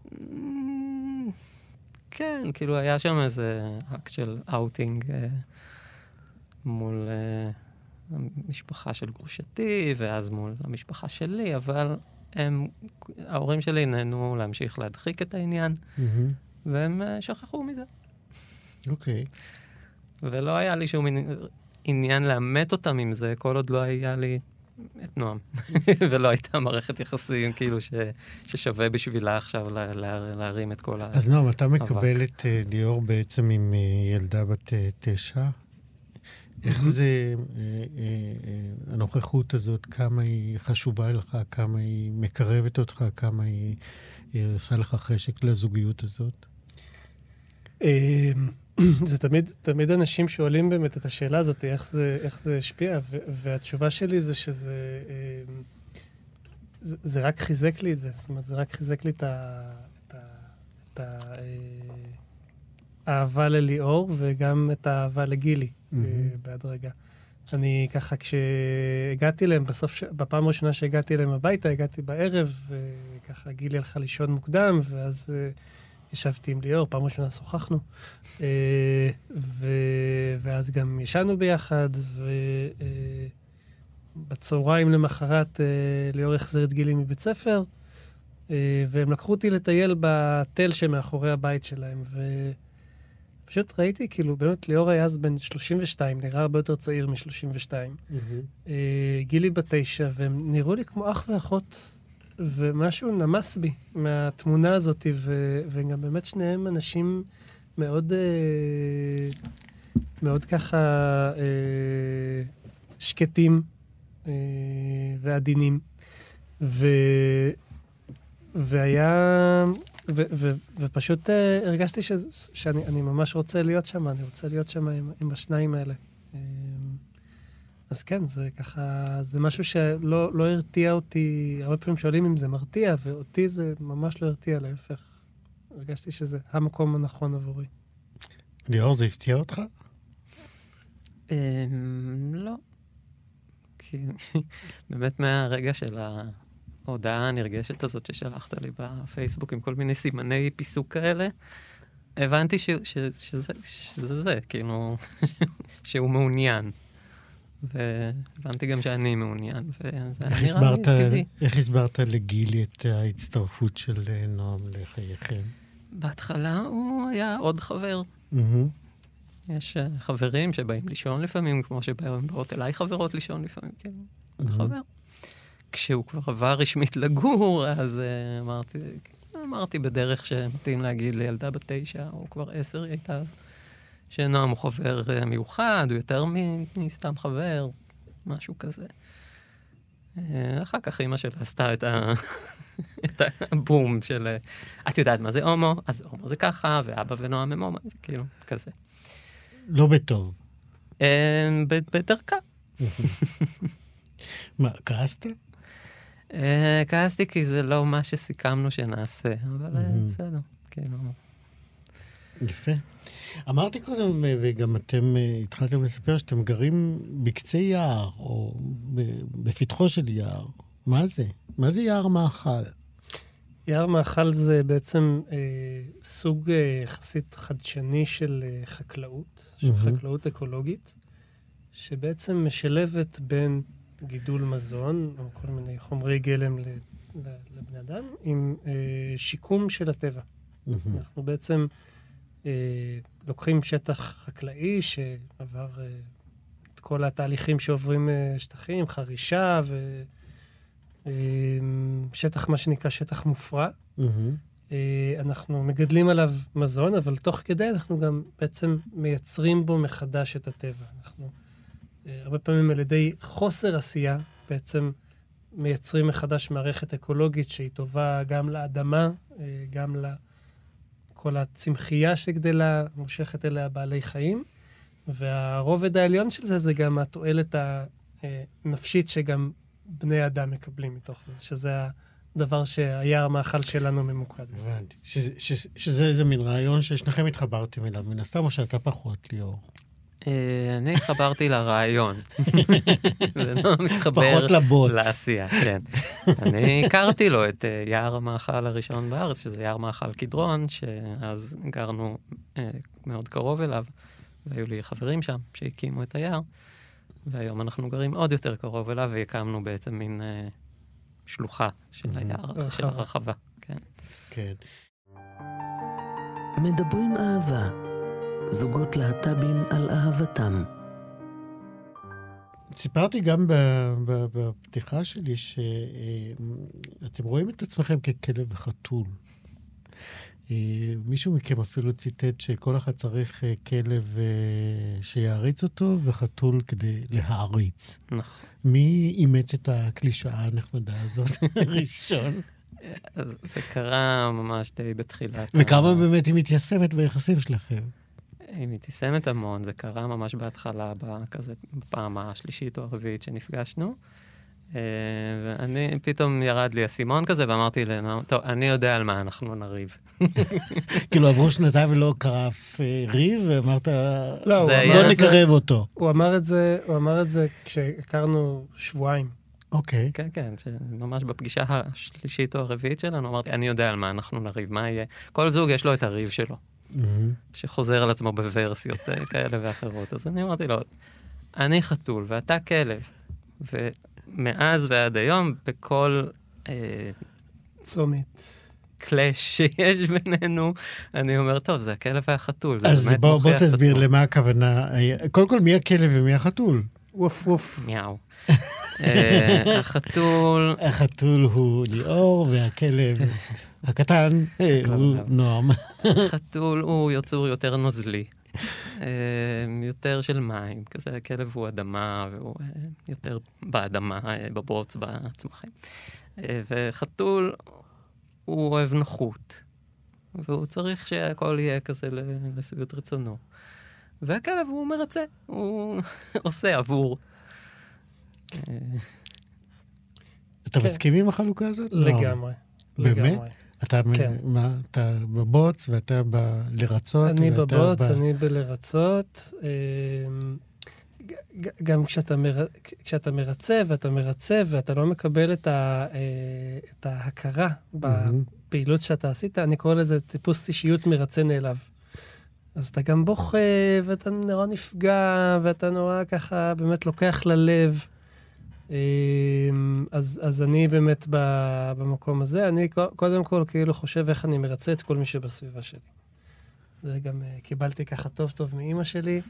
[SPEAKER 5] כן, כאילו היה שם איזה אקט של אאוטינג מול המשפחה של גרושתי, ואז מול המשפחה שלי, אבל הם, ההורים שלי נהנו להמשיך להדחיק את העניין, והם שכחו מזה.
[SPEAKER 3] אוקיי.
[SPEAKER 5] ולא היה לי שום עניין לאמת אותם עם זה, כל עוד לא היה לי את נועם. ולא הייתה מערכת יחסים, כאילו, ש, ששווה בשבילה עכשיו לה, לה, להרים את כל האבק.
[SPEAKER 3] אז נועם, אתה מקבל את uh, ליאור בעצם עם uh, ילדה בת uh, תשע. איך זה, uh, uh, uh, הנוכחות הזאת, כמה היא חשובה לך, כמה היא מקרבת אותך, כמה היא, היא עושה לך חשק לזוגיות הזאת?
[SPEAKER 4] זה תמיד, תמיד אנשים שואלים באמת את השאלה הזאת, איך זה, איך זה השפיע, ו- והתשובה שלי זה שזה, זה, זה רק חיזק לי את זה, זאת אומרת, זה רק חיזק לי את ה... את ה... את ה... האהבה לליאור, וגם את האהבה לגילי, mm-hmm. בהדרגה. אני ככה, כשהגעתי להם, בסוף, בפעם הראשונה שהגעתי להם הביתה, הגעתי בערב, וככה גילי הלכה לישון מוקדם, ואז... ישבתי עם ליאור, פעם ראשונה שוחחנו, ואז גם ישנו ביחד, ובצהריים למחרת ליאור החזיר את גילי מבית ספר, והם לקחו אותי לטייל בתל שמאחורי הבית שלהם, ופשוט ראיתי, כאילו, באמת ליאור היה אז בן שלושים ושתיים, נראה הרבה יותר צעיר מ-שלושים ושתיים. גילי בת תשע, והם נראו לי כמו אח ואחות, ומשהו נמס בי מהתמונה הזאת, ו- וגם באמת שניהם אנשים מאוד, אה, מאוד ככה אה, שקטים אה, ועדינים. ו- והיה, ו- ו- ופשוט אה, הרגשתי ש- שאני אני ממש רוצה להיות שם, אני רוצה להיות שם עם, עם השניים האלה. אה, אז כן, זה ככה, זה משהו שלא לא הרתיע אותי, הרבה פעמים שואלים אם זה מרתיע, ואותי זה ממש לא הרתיע, להפך. הרגשתי שזה המקום הנכון עבורי.
[SPEAKER 3] ליאור, זה הפתיע אותך?
[SPEAKER 5] לא. כי באמת מהרגע של ההודעה הנרגשת הזאת ששלחת לי בפייסבוק עם כל מיני סימני פיסוק כאלה, הבנתי שזה זה, כאילו, שהוא מעוניין. והבנתי גם שאני מעוניין, וזה נראה לי טבעי.
[SPEAKER 3] איך הסברת לגילי את ההצטרפות של נועם לחייכם?
[SPEAKER 5] בהתחלה הוא היה עוד חבר. יש uh, חברים שבאים לישון לפעמים, כמו שבאות אליי חברות לישון לפעמים, כאילו, mm-hmm. חבר. כשהוא כבר עבר רשמית לגור, אז uh, אמרתי, אמרתי בדרך שמתאים להגיד לילדה בת תשע, או כבר עשר היא הייתה אז, שנועם הוא חבר uh, מיוחד, הוא יותר מסתם חבר, משהו כזה. Uh, אחר כך אמא שלה עשתה את ה... את הבום של, את יודעת מה זה הומו, אז הומו זה ככה, ואבא ונועם הם הומו, כאילו, כזה.
[SPEAKER 3] לא בטוב.
[SPEAKER 5] בדרכה.
[SPEAKER 3] מה, כעסת?
[SPEAKER 5] כעסתי כי זה לא מה שסיכמנו שנעשה, אבל בסדר, כאילו.
[SPEAKER 3] יפה. אמרתי קודם, וגם אתם התחלתם לספר שאתם גרים בקצה יער, או בפתחו של יער. מה זה? מה זה יער מאכל?
[SPEAKER 4] יער מאכל זה בעצם אה, סוג אה, יחסית חדשני של אה, חקלאות, של mm-hmm. חקלאות אקולוגית, שבעצם משלבת בין גידול מזון, או כל מיני חומרי גלם ל, ל, לבני אדם, עם אה, שיקום של הטבע. Mm-hmm. אנחנו בעצם אה, לוקחים שטח חקלאי שעבר אה, את כל התהליכים שעוברים אה, שטחים, חרישה ו... שטח, מה שנקרא שטח מופרע. Mm-hmm. אנחנו מגדלים עליו מזון, אבל תוך כדי אנחנו גם בעצם מייצרים בו מחדש את הטבע. אנחנו הרבה פעמים על ידי חוסר עשייה בעצם מייצרים מחדש מערכת אקולוגית שהיא טובה גם לאדמה, גם לכל הצמחייה שגדלה, מושכת אליה בעלי חיים, והרובד העליון של זה זה גם התועלת הנפשית שגם בני אדם מקבלים מתוך זה, שזה הדבר שהיער המאכל שלנו ממוקד.
[SPEAKER 3] הבנתי. שזה, שזה, שזה איזה מין רעיון ששניכם התחברתם אליו, מן הסתם או שאתה פחות, ליאור?
[SPEAKER 5] אני התחברתי לרעיון. ולא מתחבר
[SPEAKER 3] פחות לבוץ.
[SPEAKER 5] לעשייה, כן. אני הכרתי לו את יער המאכל הראשון בארץ, שזה יער מאכל קדרון, שאז גרנו מאוד קרוב אליו, והיו לי חברים שם שהקימו את היער. והיום אנחנו גרים עוד יותר קרוב אליו, והקמנו בעצם מין אה, שלוחה של היער הזה, של הרחבה. כן.
[SPEAKER 3] כן.
[SPEAKER 2] מדברים אהבה. זוגות להט"בים על אהבתם.
[SPEAKER 3] סיפרתי גם בפתיחה שלי שאתם רואים את עצמכם ככלב וחתול. מישהו מכם אפילו ציטט שכל אחד צריך כלב שיעריץ אותו וחתול כדי להעריץ.
[SPEAKER 5] נכון.
[SPEAKER 3] מי אימץ את הקלישאה הנחמדה הזאת ראשון?
[SPEAKER 5] אז זה קרה ממש די בתחילת...
[SPEAKER 3] וכמה באמת היא מתיישמת ביחסים שלכם?
[SPEAKER 5] היא מתיישמת המון, זה קרה ממש בהתחלה, כזה בפעם השלישית או הרביעית שנפגשנו. ואני, פתאום ירד לי הסימון כזה, ואמרתי לנו, טוב, אני יודע על מה אנחנו נריב.
[SPEAKER 3] כאילו עברו שנתיים ולא קרף ריב, ואמרת, לא נקרב אותו.
[SPEAKER 4] הוא אמר את זה, הוא אמר את זה כשהכרנו שבועיים.
[SPEAKER 3] אוקיי.
[SPEAKER 5] כן, כן, ממש בפגישה השלישית או הרביעית שלנו, אמרתי, אני יודע על מה אנחנו נריב, מה יהיה. כל זוג יש לו את הריב שלו, שחוזר על עצמו בוורסיות כאלה ואחרות. אז אני אמרתי לו, אני חתול ואתה כלב, ו... מאז ועד היום, בכל אה,
[SPEAKER 4] צומת
[SPEAKER 5] קלאש שיש בינינו, אני אומר, טוב, זה הכלב והחתול, זה
[SPEAKER 3] אז
[SPEAKER 5] באמת
[SPEAKER 3] בוא,
[SPEAKER 5] מוכיח
[SPEAKER 3] בוא
[SPEAKER 5] את עצמו.
[SPEAKER 3] תסביר למה הכוונה. קודם כל, מי הכלב ומי החתול?
[SPEAKER 4] ווף ווף.
[SPEAKER 5] מיאו. אה, החתול...
[SPEAKER 3] החתול הוא ליאור, והכלב הקטן הוא נועם.
[SPEAKER 5] החתול הוא יצור יותר נוזלי. יותר של מים, כזה הכלב הוא אדמה, והוא יותר באדמה, בבוץ, בצמחים. וחתול הוא אוהב נוחות, והוא צריך שהכל יהיה כזה לשביעות רצונו. והכלב הוא מרצה, הוא עושה עבור.
[SPEAKER 3] אתה מסכים עם החלוקה הזאת?
[SPEAKER 4] לגמרי.
[SPEAKER 3] באמת? אתה, כן. מה, אתה בבוץ ואתה בלרצות?
[SPEAKER 4] אני בבוץ,
[SPEAKER 3] ב...
[SPEAKER 4] אני בלרצות. גם כשאתה, מר... כשאתה מרצה ואתה מרצה ואתה לא מקבל את, ה... את ההכרה בפעילות שאתה עשית, אני קורא לזה טיפוס אישיות מרצה נעלב. אז אתה גם בוכה ואתה נורא נפגע ואתה נורא ככה באמת לוקח ללב. אז, אז אני באמת במקום הזה, אני קודם כל כאילו חושב איך אני מרצה את כל מי שבסביבה שלי. זה גם קיבלתי ככה טוב טוב מאמא שלי.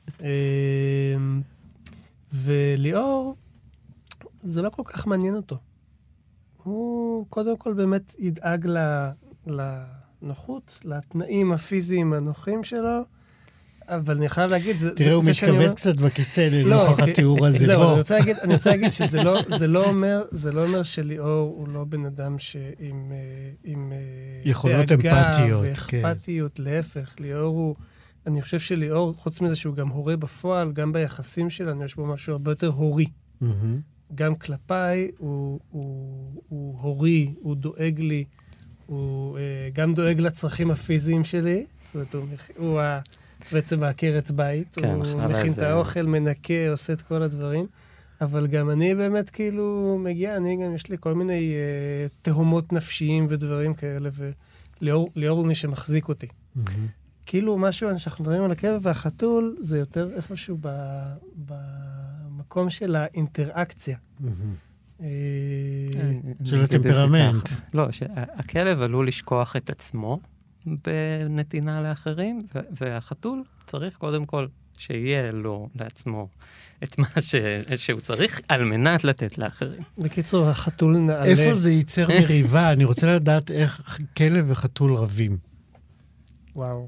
[SPEAKER 4] וליאור, זה לא כל כך מעניין אותו. הוא קודם כל באמת ידאג לנוחות, לתנאים הפיזיים הנוחים שלו, אבל אני חייב להגיד, זה,
[SPEAKER 3] תראה, הוא מתכווץ קצת בכיסא לנוכח התיאור הזה.
[SPEAKER 4] זהו, אני רוצה להגיד, אני רוצה להגיד שזה לא, זה לא אומר, זה לא אומר שליאור הוא לא בן אדם שעם, עם
[SPEAKER 3] יכולות אמפתיות,
[SPEAKER 4] ואכפתיות, להפך, ליאור הוא, אני חושב שליאור, חוץ מזה שהוא גם הורה בפועל, גם ביחסים שלנו, יש בו משהו הרבה יותר הורי. גם כלפיי, הוא, הוא, הוא הורי, הוא דואג לי, הוא גם דואג לצרכים הפיזיים שלי, זאת אומרת, הוא, הוא בעצם מעקרת בית, כן, הוא מכין את האוכל, מנקה, עושה את כל הדברים, אבל גם אני באמת כאילו מגיע, אני גם, יש לי כל מיני אה, תהומות נפשיים ודברים כאלה, וליאור הוא מי שמחזיק אותי. Mm-hmm. כאילו משהו שאנחנו מדברים על הכלב והחתול, זה יותר איפשהו ב, במקום של האינטראקציה.
[SPEAKER 3] Mm-hmm. של הטמפרמנט.
[SPEAKER 5] לא, שהכלב עלול לשכוח את עצמו, בנתינה לאחרים, והחתול צריך קודם כל שיהיה לו לעצמו את מה ש... שהוא צריך על מנת לתת לאחרים.
[SPEAKER 4] בקיצור, החתול נעלה...
[SPEAKER 3] איפה זה ייצר מריבה? אני רוצה לדעת איך כלב וחתול רבים.
[SPEAKER 4] וואו.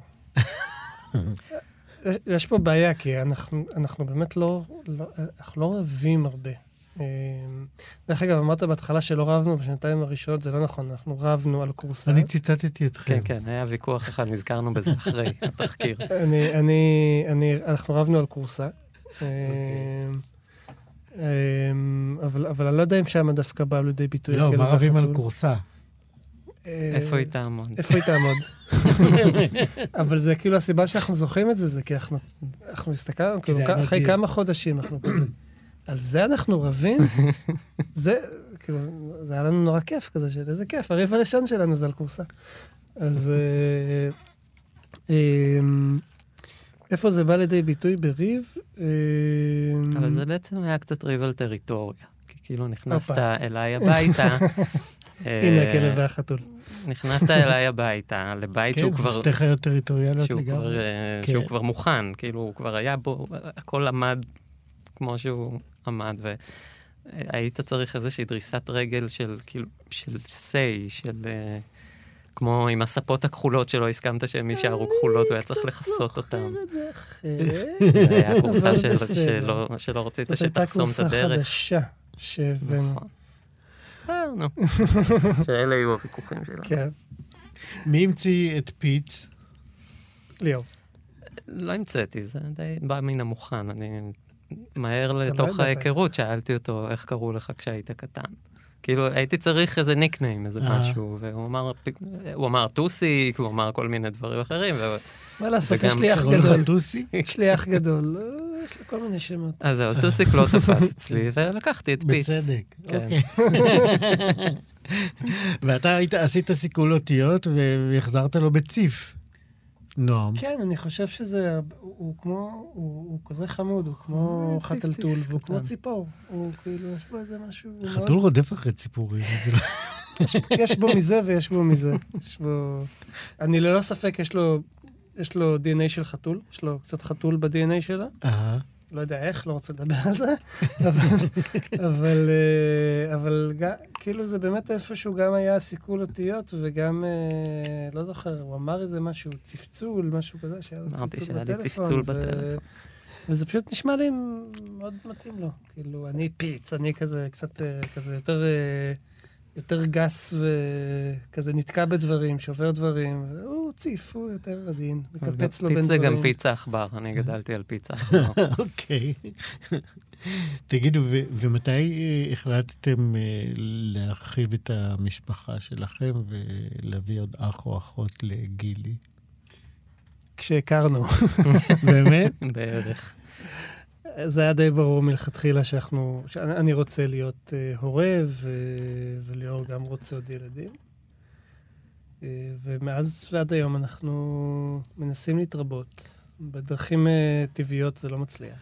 [SPEAKER 4] יש פה בעיה, כי אנחנו, אנחנו באמת לא, לא, אנחנו לא רבים הרבה. דרך אגב, אמרת בהתחלה שלא רבנו, בשנתיים הראשונות זה לא נכון, אנחנו רבנו על קורסה.
[SPEAKER 3] אני ציטטתי אתכם.
[SPEAKER 5] כן, כן, היה ויכוח אחד, נזכרנו בזה אחרי התחקיר.
[SPEAKER 4] אני, אני, אני, אנחנו רבנו על קורסה. אבל, אבל אני לא יודע אם שם דווקא בא לידי ביטוי.
[SPEAKER 3] לא, מה רבים על קורסה?
[SPEAKER 5] איפה היא תעמוד?
[SPEAKER 4] איפה היא תעמוד? אבל זה כאילו הסיבה שאנחנו זוכרים את זה, זה כי אנחנו, אנחנו הסתכלנו, אחרי כמה חודשים אנחנו כזה. על זה אנחנו רבים? זה, כאילו, זה היה לנו נורא כיף כזה, של איזה כיף, הריב הראשון שלנו זה על קורסה. אז איפה זה בא לידי ביטוי בריב?
[SPEAKER 5] אבל זה בעצם היה קצת ריב על טריטוריה, כי כאילו נכנסת אליי הביתה.
[SPEAKER 4] הנה הכלב והחתול.
[SPEAKER 5] נכנסת אליי הביתה, לבית שהוא כבר...
[SPEAKER 3] כן, שתי חיות טריטוריאליות לגמרי.
[SPEAKER 5] שהוא כבר מוכן, כאילו, הוא כבר היה בו, הכל עמד כמו שהוא עמד, והיית צריך איזושהי דריסת רגל של, כאילו, של סי, של... כמו עם הספות הכחולות שלא הסכמת שהם יישארו כחולות, והיה צריך לחסות אותם. זה היה קורסה שלא רצית שתחסום את הדרך.
[SPEAKER 4] זאת הייתה קורסה חדשה שהבאנו.
[SPEAKER 5] אה, נו. שאלה היו הוויכוחים שלנו.
[SPEAKER 4] כן.
[SPEAKER 3] מי המציא את פיץ?
[SPEAKER 4] ליאור.
[SPEAKER 5] לא המצאתי, זה די בא מן המוכן. אני מהר לתוך ההיכרות, שאלתי אותו איך קראו לך כשהיית קטן. כאילו, הייתי צריך איזה ניקניים, איזה משהו, והוא אמר, הוא אמר טוסיק, הוא אמר כל מיני דברים אחרים,
[SPEAKER 4] מה לעשות, יש לי אח גדול. יש לי אח גדול, יש לי כל מיני שמות.
[SPEAKER 5] אז זהו, אז טוסיק לא תפס אצלי, ולקחתי את פיץ.
[SPEAKER 3] בצדק, אוקיי. ואתה עשית סיכול אותיות, והחזרת לו בציף. נועם.
[SPEAKER 4] כן, אני חושב שזה, הוא כמו, הוא כזה חמוד, הוא כמו חתלתול, והוא כמו ציפור. הוא כאילו, יש בו איזה משהו...
[SPEAKER 3] חתול רודף אחרי ציפורים.
[SPEAKER 4] יש בו מזה ויש בו מזה. אני ללא ספק, יש לו... יש לו די אן איי של חתול, יש לו קצת חתול ב-די אן איי שלו. לא יודע איך, לא רוצה לדבר על זה. אבל, אבל כאילו זה באמת איפשהו גם היה סיכול אותיות, וגם, לא זוכר, הוא אמר איזה משהו, צפצול, משהו כזה, שהיה
[SPEAKER 5] לי צפצול בטלפון.
[SPEAKER 4] וזה פשוט נשמע לי מאוד מתאים לו. כאילו, אני פיץ, אני כזה, קצת כזה יותר... יותר גס וכזה נתקע בדברים, שובר דברים, הוא ציף, הוא יותר עדין, מקפץ לו בין דברים.
[SPEAKER 5] פיצה גם פיצה עכבר, אני גדלתי על פיצה עכבר.
[SPEAKER 3] אוקיי. תגידו, ומתי החלטתם להרחיב את המשפחה שלכם ולהביא עוד אח או אחות לגילי?
[SPEAKER 4] כשהכרנו.
[SPEAKER 3] באמת?
[SPEAKER 5] בערך.
[SPEAKER 4] זה היה די ברור מלכתחילה שאנחנו, שאני רוצה להיות uh, הורה, ו- וליאור גם רוצה עוד ילדים. Uh, ומאז ועד היום אנחנו מנסים להתרבות. בדרכים uh, טבעיות זה לא מצליח.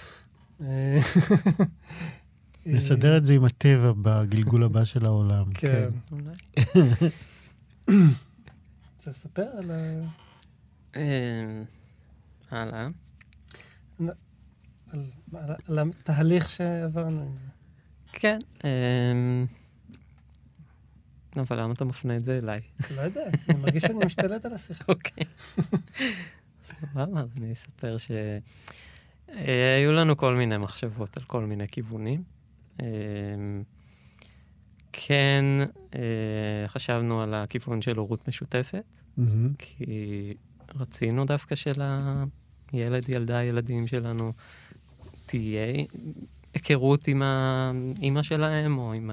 [SPEAKER 3] נסדר את זה עם הטבע בגלגול הבא של העולם.
[SPEAKER 4] כן. רוצה לספר על ה...
[SPEAKER 5] הלאה.
[SPEAKER 4] על התהליך שעברנו עם זה.
[SPEAKER 5] כן. אבל למה אתה מפנה את זה אליי?
[SPEAKER 4] לא יודע, אני מרגיש שאני משתלט על השיחה.
[SPEAKER 5] אוקיי. סבבה, אז אני אספר שהיו לנו כל מיני מחשבות על כל מיני כיוונים. כן, חשבנו על הכיוון של הורות משותפת, כי רצינו דווקא של הילד, ילדה, ילדים שלנו, תהיה היכרות עם האמא שלהם, או עם...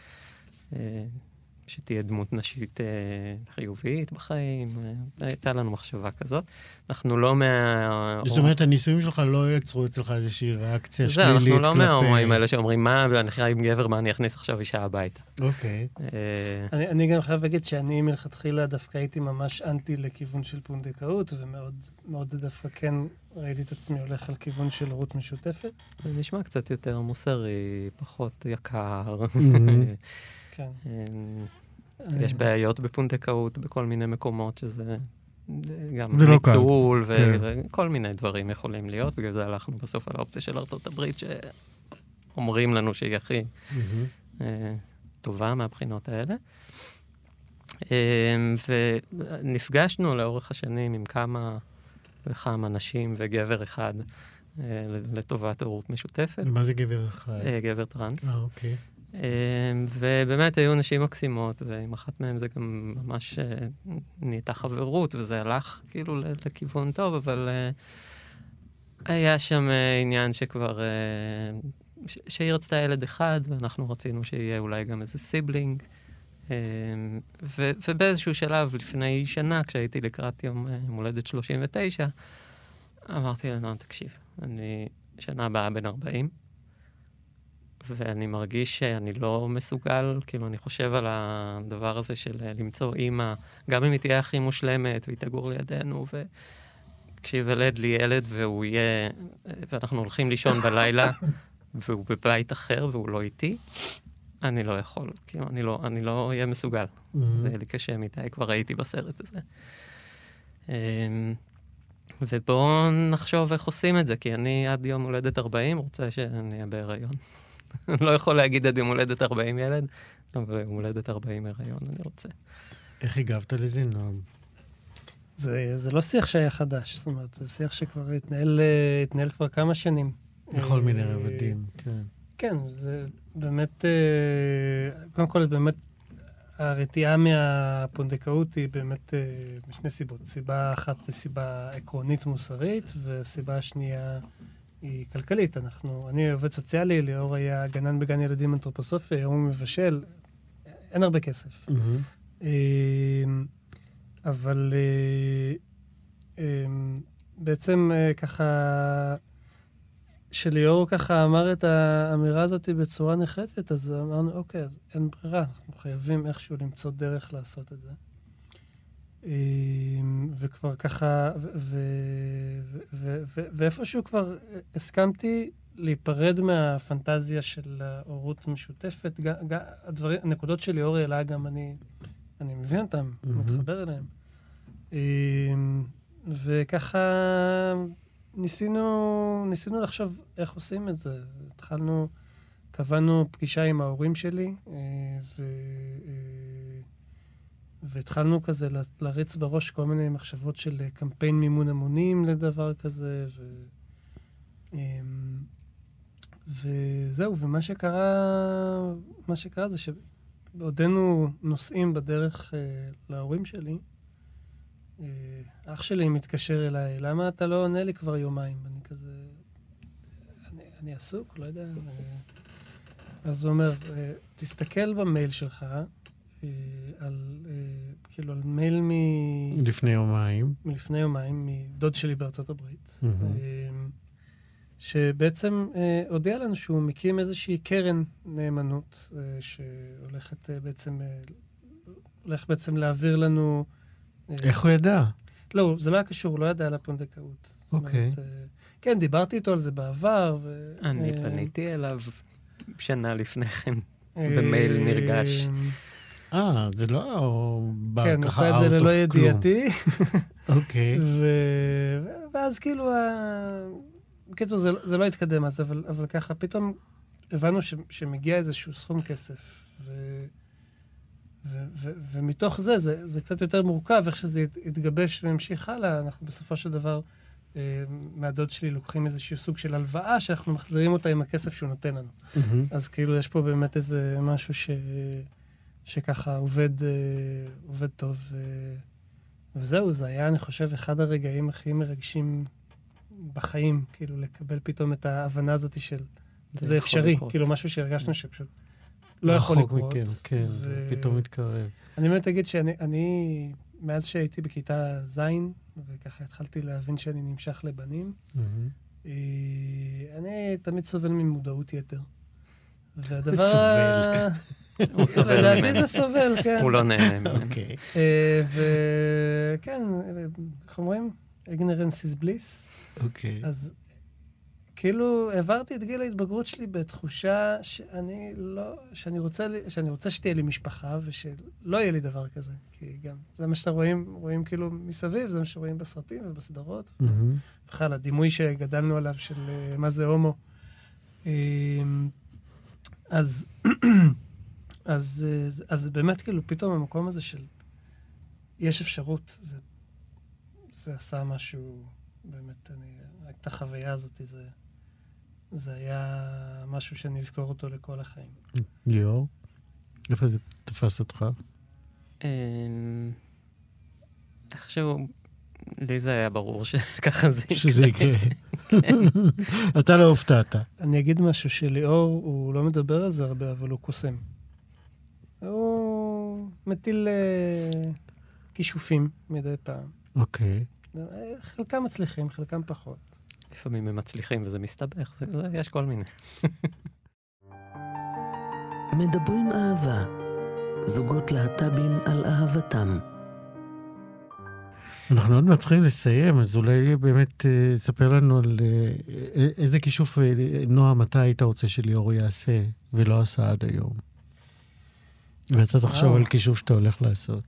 [SPEAKER 5] שתהיה דמות נשית חיובית בחיים. הייתה לנו מחשבה כזאת. אנחנו לא מה...
[SPEAKER 3] זאת אומרת, הניסויים שלך לא יצרו אצלך איזושהי ריאקציה שלילית כלפי...
[SPEAKER 5] זה, אנחנו לא מההומואים האלה שאומרים, מה, אני חי עם גבר, מה אני אכניס עכשיו אישה הביתה.
[SPEAKER 3] אוקיי.
[SPEAKER 4] אני גם חייב להגיד שאני מלכתחילה דווקא הייתי ממש אנטי לכיוון של פונדקאות, ומאוד דווקא כן ראיתי את עצמי הולך על כיוון של הורות משותפת.
[SPEAKER 5] זה נשמע קצת יותר מוסרי, פחות יקר.
[SPEAKER 4] כן.
[SPEAKER 5] יש בעיות בפונדקאות בכל מיני מקומות, שזה גם ניצול וכל מיני דברים יכולים להיות, בגלל זה הלכנו בסוף על האופציה של ארצות הברית, שאומרים לנו שהיא הכי טובה מהבחינות האלה. ונפגשנו לאורך השנים עם כמה וכמה נשים וגבר אחד לטובת הורות משותפת.
[SPEAKER 3] מה זה גבר אחד?
[SPEAKER 5] גבר טרנס.
[SPEAKER 3] אה, אוקיי.
[SPEAKER 5] ובאמת היו נשים מקסימות, ועם אחת מהן זה גם ממש נהייתה חברות, וזה הלך כאילו לכיוון טוב, אבל היה שם עניין שכבר, שהיא רצתה ילד אחד, ואנחנו רצינו שיהיה אולי גם איזה סיבלינג, ובאיזשהו שלב, לפני שנה, כשהייתי לקראת יום מולדת שלושים ותשע, אמרתי לנו, תקשיב, אני שנה הבאה בן ארבעים, ואני מרגיש שאני לא מסוגל, כאילו אני חושב על הדבר הזה של למצוא אימא, גם אם היא תהיה הכי מושלמת, והיא תגור לידינו, וכשיוולד לי ילד והוא יהיה, ואנחנו הולכים לישון בלילה, והוא בבית אחר והוא לא איתי, אני לא יכול, כאילו אני לא, אני לא אהיה מסוגל. זה יהיה לי קשה מדי, כבר הייתי בסרט הזה. ובואו נחשוב איך עושים את זה, כי אני עד יום הולדת ארבעים רוצה שאני אהיה בהיריון. לא יכול להגיד עד יום הולדת ארבעים ילד, אבל יום הולדת ארבעים הריון אני רוצה.
[SPEAKER 3] איך הגבת לזה, נועם?
[SPEAKER 4] זה, זה לא שיח שהיה חדש, זאת אומרת, זה שיח שכבר התנהל, התנהל כבר כמה שנים.
[SPEAKER 3] בכל מיני רבדים, כן.
[SPEAKER 4] כן, זה באמת, קודם כל, באמת, הרתיעה מהפונדקאות היא באמת משני סיבות. סיבה אחת זה סיבה עקרונית מוסרית, וסיבה השנייה היא כלכלית. אנחנו, אני עובד סוציאלי, ליאור היה גנן בגן ילדים אנתרופוסופי, היום הוא מבשל, אין הרבה כסף. Mm-hmm. אבל בעצם ככה, שליאור ככה אמר את האמירה הזאת בצורה נחרצת, אז אמרנו, אוקיי, אז אין ברירה, אנחנו חייבים איכשהו למצוא דרך לעשות את זה. וכבר ככה, ואיפשהו כבר הסכמתי להיפרד מהפנטזיה של ההורות משותפת. הנקודות של ליאור העלה גם אני, אני מבין אותם, מתחבר אליהם. וככה ניסינו, ניסינו לחשוב איך עושים את זה. התחלנו, קבענו פגישה עם ההורים שלי, ו... והתחלנו כזה להריץ בראש כל מיני מחשבות של קמפיין מימון המונים לדבר כזה, ו... וזהו, ומה שקרה, מה שקרה זה שבעודנו נוסעים בדרך להורים שלי, אח שלי מתקשר אליי, למה אתה לא עונה לי כבר יומיים? אני כזה, אני, אני עסוק, לא יודע. אז הוא אומר, תסתכל במייל שלך, על, כאילו, על מייל מ...
[SPEAKER 3] לפני יומיים.
[SPEAKER 4] מלפני יומיים, מדוד שלי בארצות הברית, שבעצם הודיע לנו שהוא מקים איזושהי קרן נאמנות, שהולכת בעצם, הולך בעצם להעביר לנו...
[SPEAKER 3] איך הוא ידע?
[SPEAKER 4] לא, זה לא היה קשור, הוא לא ידע על הפונדקאות.
[SPEAKER 3] אוקיי.
[SPEAKER 4] כן, דיברתי איתו על זה בעבר, ו...
[SPEAKER 5] אני פניתי אליו שנה לפני כן, במייל נרגש.
[SPEAKER 3] אה, זה לא...
[SPEAKER 4] כן, עושה את זה ללא ידיעתי.
[SPEAKER 3] אוקיי.
[SPEAKER 4] ואז כאילו, בקיצור, זה לא התקדם אז, אבל ככה, פתאום הבנו שמגיע איזשהו סכום כסף, ומתוך זה, זה קצת יותר מורכב, איך שזה יתגבש והמשיך הלאה, אנחנו בסופו של דבר, מהדוד שלי לוקחים איזשהו סוג של הלוואה, שאנחנו מחזירים אותה עם הכסף שהוא נותן לנו. אז כאילו, יש פה באמת איזה משהו ש... שככה עובד, עובד טוב. וזהו, זה היה, אני חושב, אחד הרגעים הכי מרגשים בחיים, כאילו, לקבל פתאום את ההבנה הזאת של... זה, זה אפשרי, לקרות. כאילו, משהו שהרגשנו שפשוט לא יכול לקרות.
[SPEAKER 3] מכם, כן, ו... פתאום מתקרב.
[SPEAKER 4] אני באמת אגיד שאני, אני, מאז שהייתי בכיתה זין, וככה התחלתי להבין שאני נמשך לבנים, mm-hmm. אני תמיד סובל ממודעות יתר. והדבר...
[SPEAKER 5] סובל. הוא סובל ממנו.
[SPEAKER 4] לדעתי זה סובל, כן.
[SPEAKER 5] הוא לא נהנה ממנו.
[SPEAKER 3] אוקיי.
[SPEAKER 4] וכן, איך אומרים? ignorance is bliss.
[SPEAKER 3] אוקיי.
[SPEAKER 4] אז כאילו העברתי את גיל ההתבגרות שלי בתחושה שאני לא, שאני רוצה, שאני רוצה שתהיה לי משפחה ושלא יהיה לי דבר כזה. כי גם זה מה שאתה רואים, רואים כאילו מסביב, זה מה שרואים בסרטים ובסדרות. בכלל, הדימוי שגדלנו עליו של מה זה הומו. אז, אז, אז באמת כאילו פתאום המקום הזה של יש אפשרות, זה, זה עשה משהו, באמת, אני, את החוויה הזאת, זה, זה היה משהו שאני אזכור אותו לכל החיים.
[SPEAKER 3] ליאור, איפה זה תפס אותך?
[SPEAKER 5] איכשהו, לי זה היה ברור שככה זה יקרה.
[SPEAKER 3] שזה יקרה. אתה לא הופתעת.
[SPEAKER 4] אני אגיד משהו שליאור, הוא לא מדבר על זה הרבה, אבל הוא קוסם. הוא מטיל כישופים מדי פעם.
[SPEAKER 3] אוקיי.
[SPEAKER 4] חלקם מצליחים, חלקם פחות.
[SPEAKER 5] לפעמים הם מצליחים וזה מסתבך, זה, זה, יש כל מיני.
[SPEAKER 2] מדברים אהבה. זוגות להט"בים על אהבתם.
[SPEAKER 3] אנחנו עוד מצליחים לסיים, אז אולי באמת ספר לנו על איזה כישוף, נועה, מתי היית רוצה שליאור יעשה ולא עשה עד היום? ואתה תחשוב על כישוף שאתה הולך לעשות.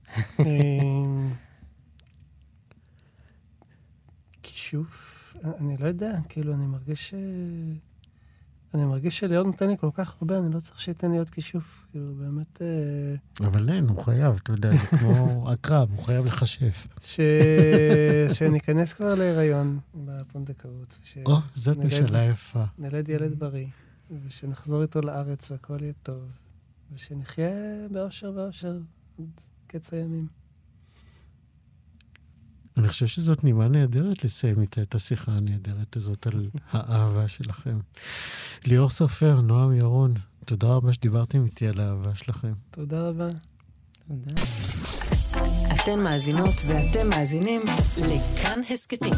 [SPEAKER 4] כישוף? אני לא יודע, כאילו, אני מרגיש ש... אני מרגיש שליאור נותן לי כל כך הרבה, אני לא צריך שייתן לי עוד כישוף, כאילו, באמת...
[SPEAKER 3] אבל אין, הוא חייב, אתה יודע, זה כמו הקרב, הוא חייב לחשף.
[SPEAKER 4] ש... שניכנס כבר להיריון בפונדקאות.
[SPEAKER 3] או, זאת משאלה יפה.
[SPEAKER 4] נלד ילד בריא, ושנחזור איתו לארץ והכל יהיה טוב, ושנחיה באושר באושר עד קץ הימים.
[SPEAKER 3] אני חושב שזאת נימה נהדרת לסיים איתה את השיחה הנהדרת הזאת על האהבה שלכם. ליאור סופר, נועם ירון, תודה רבה שדיברתם איתי על האהבה שלכם.
[SPEAKER 4] תודה רבה.
[SPEAKER 5] תודה.
[SPEAKER 1] אתן מאזינות ואתם מאזינים לכאן הסקטים.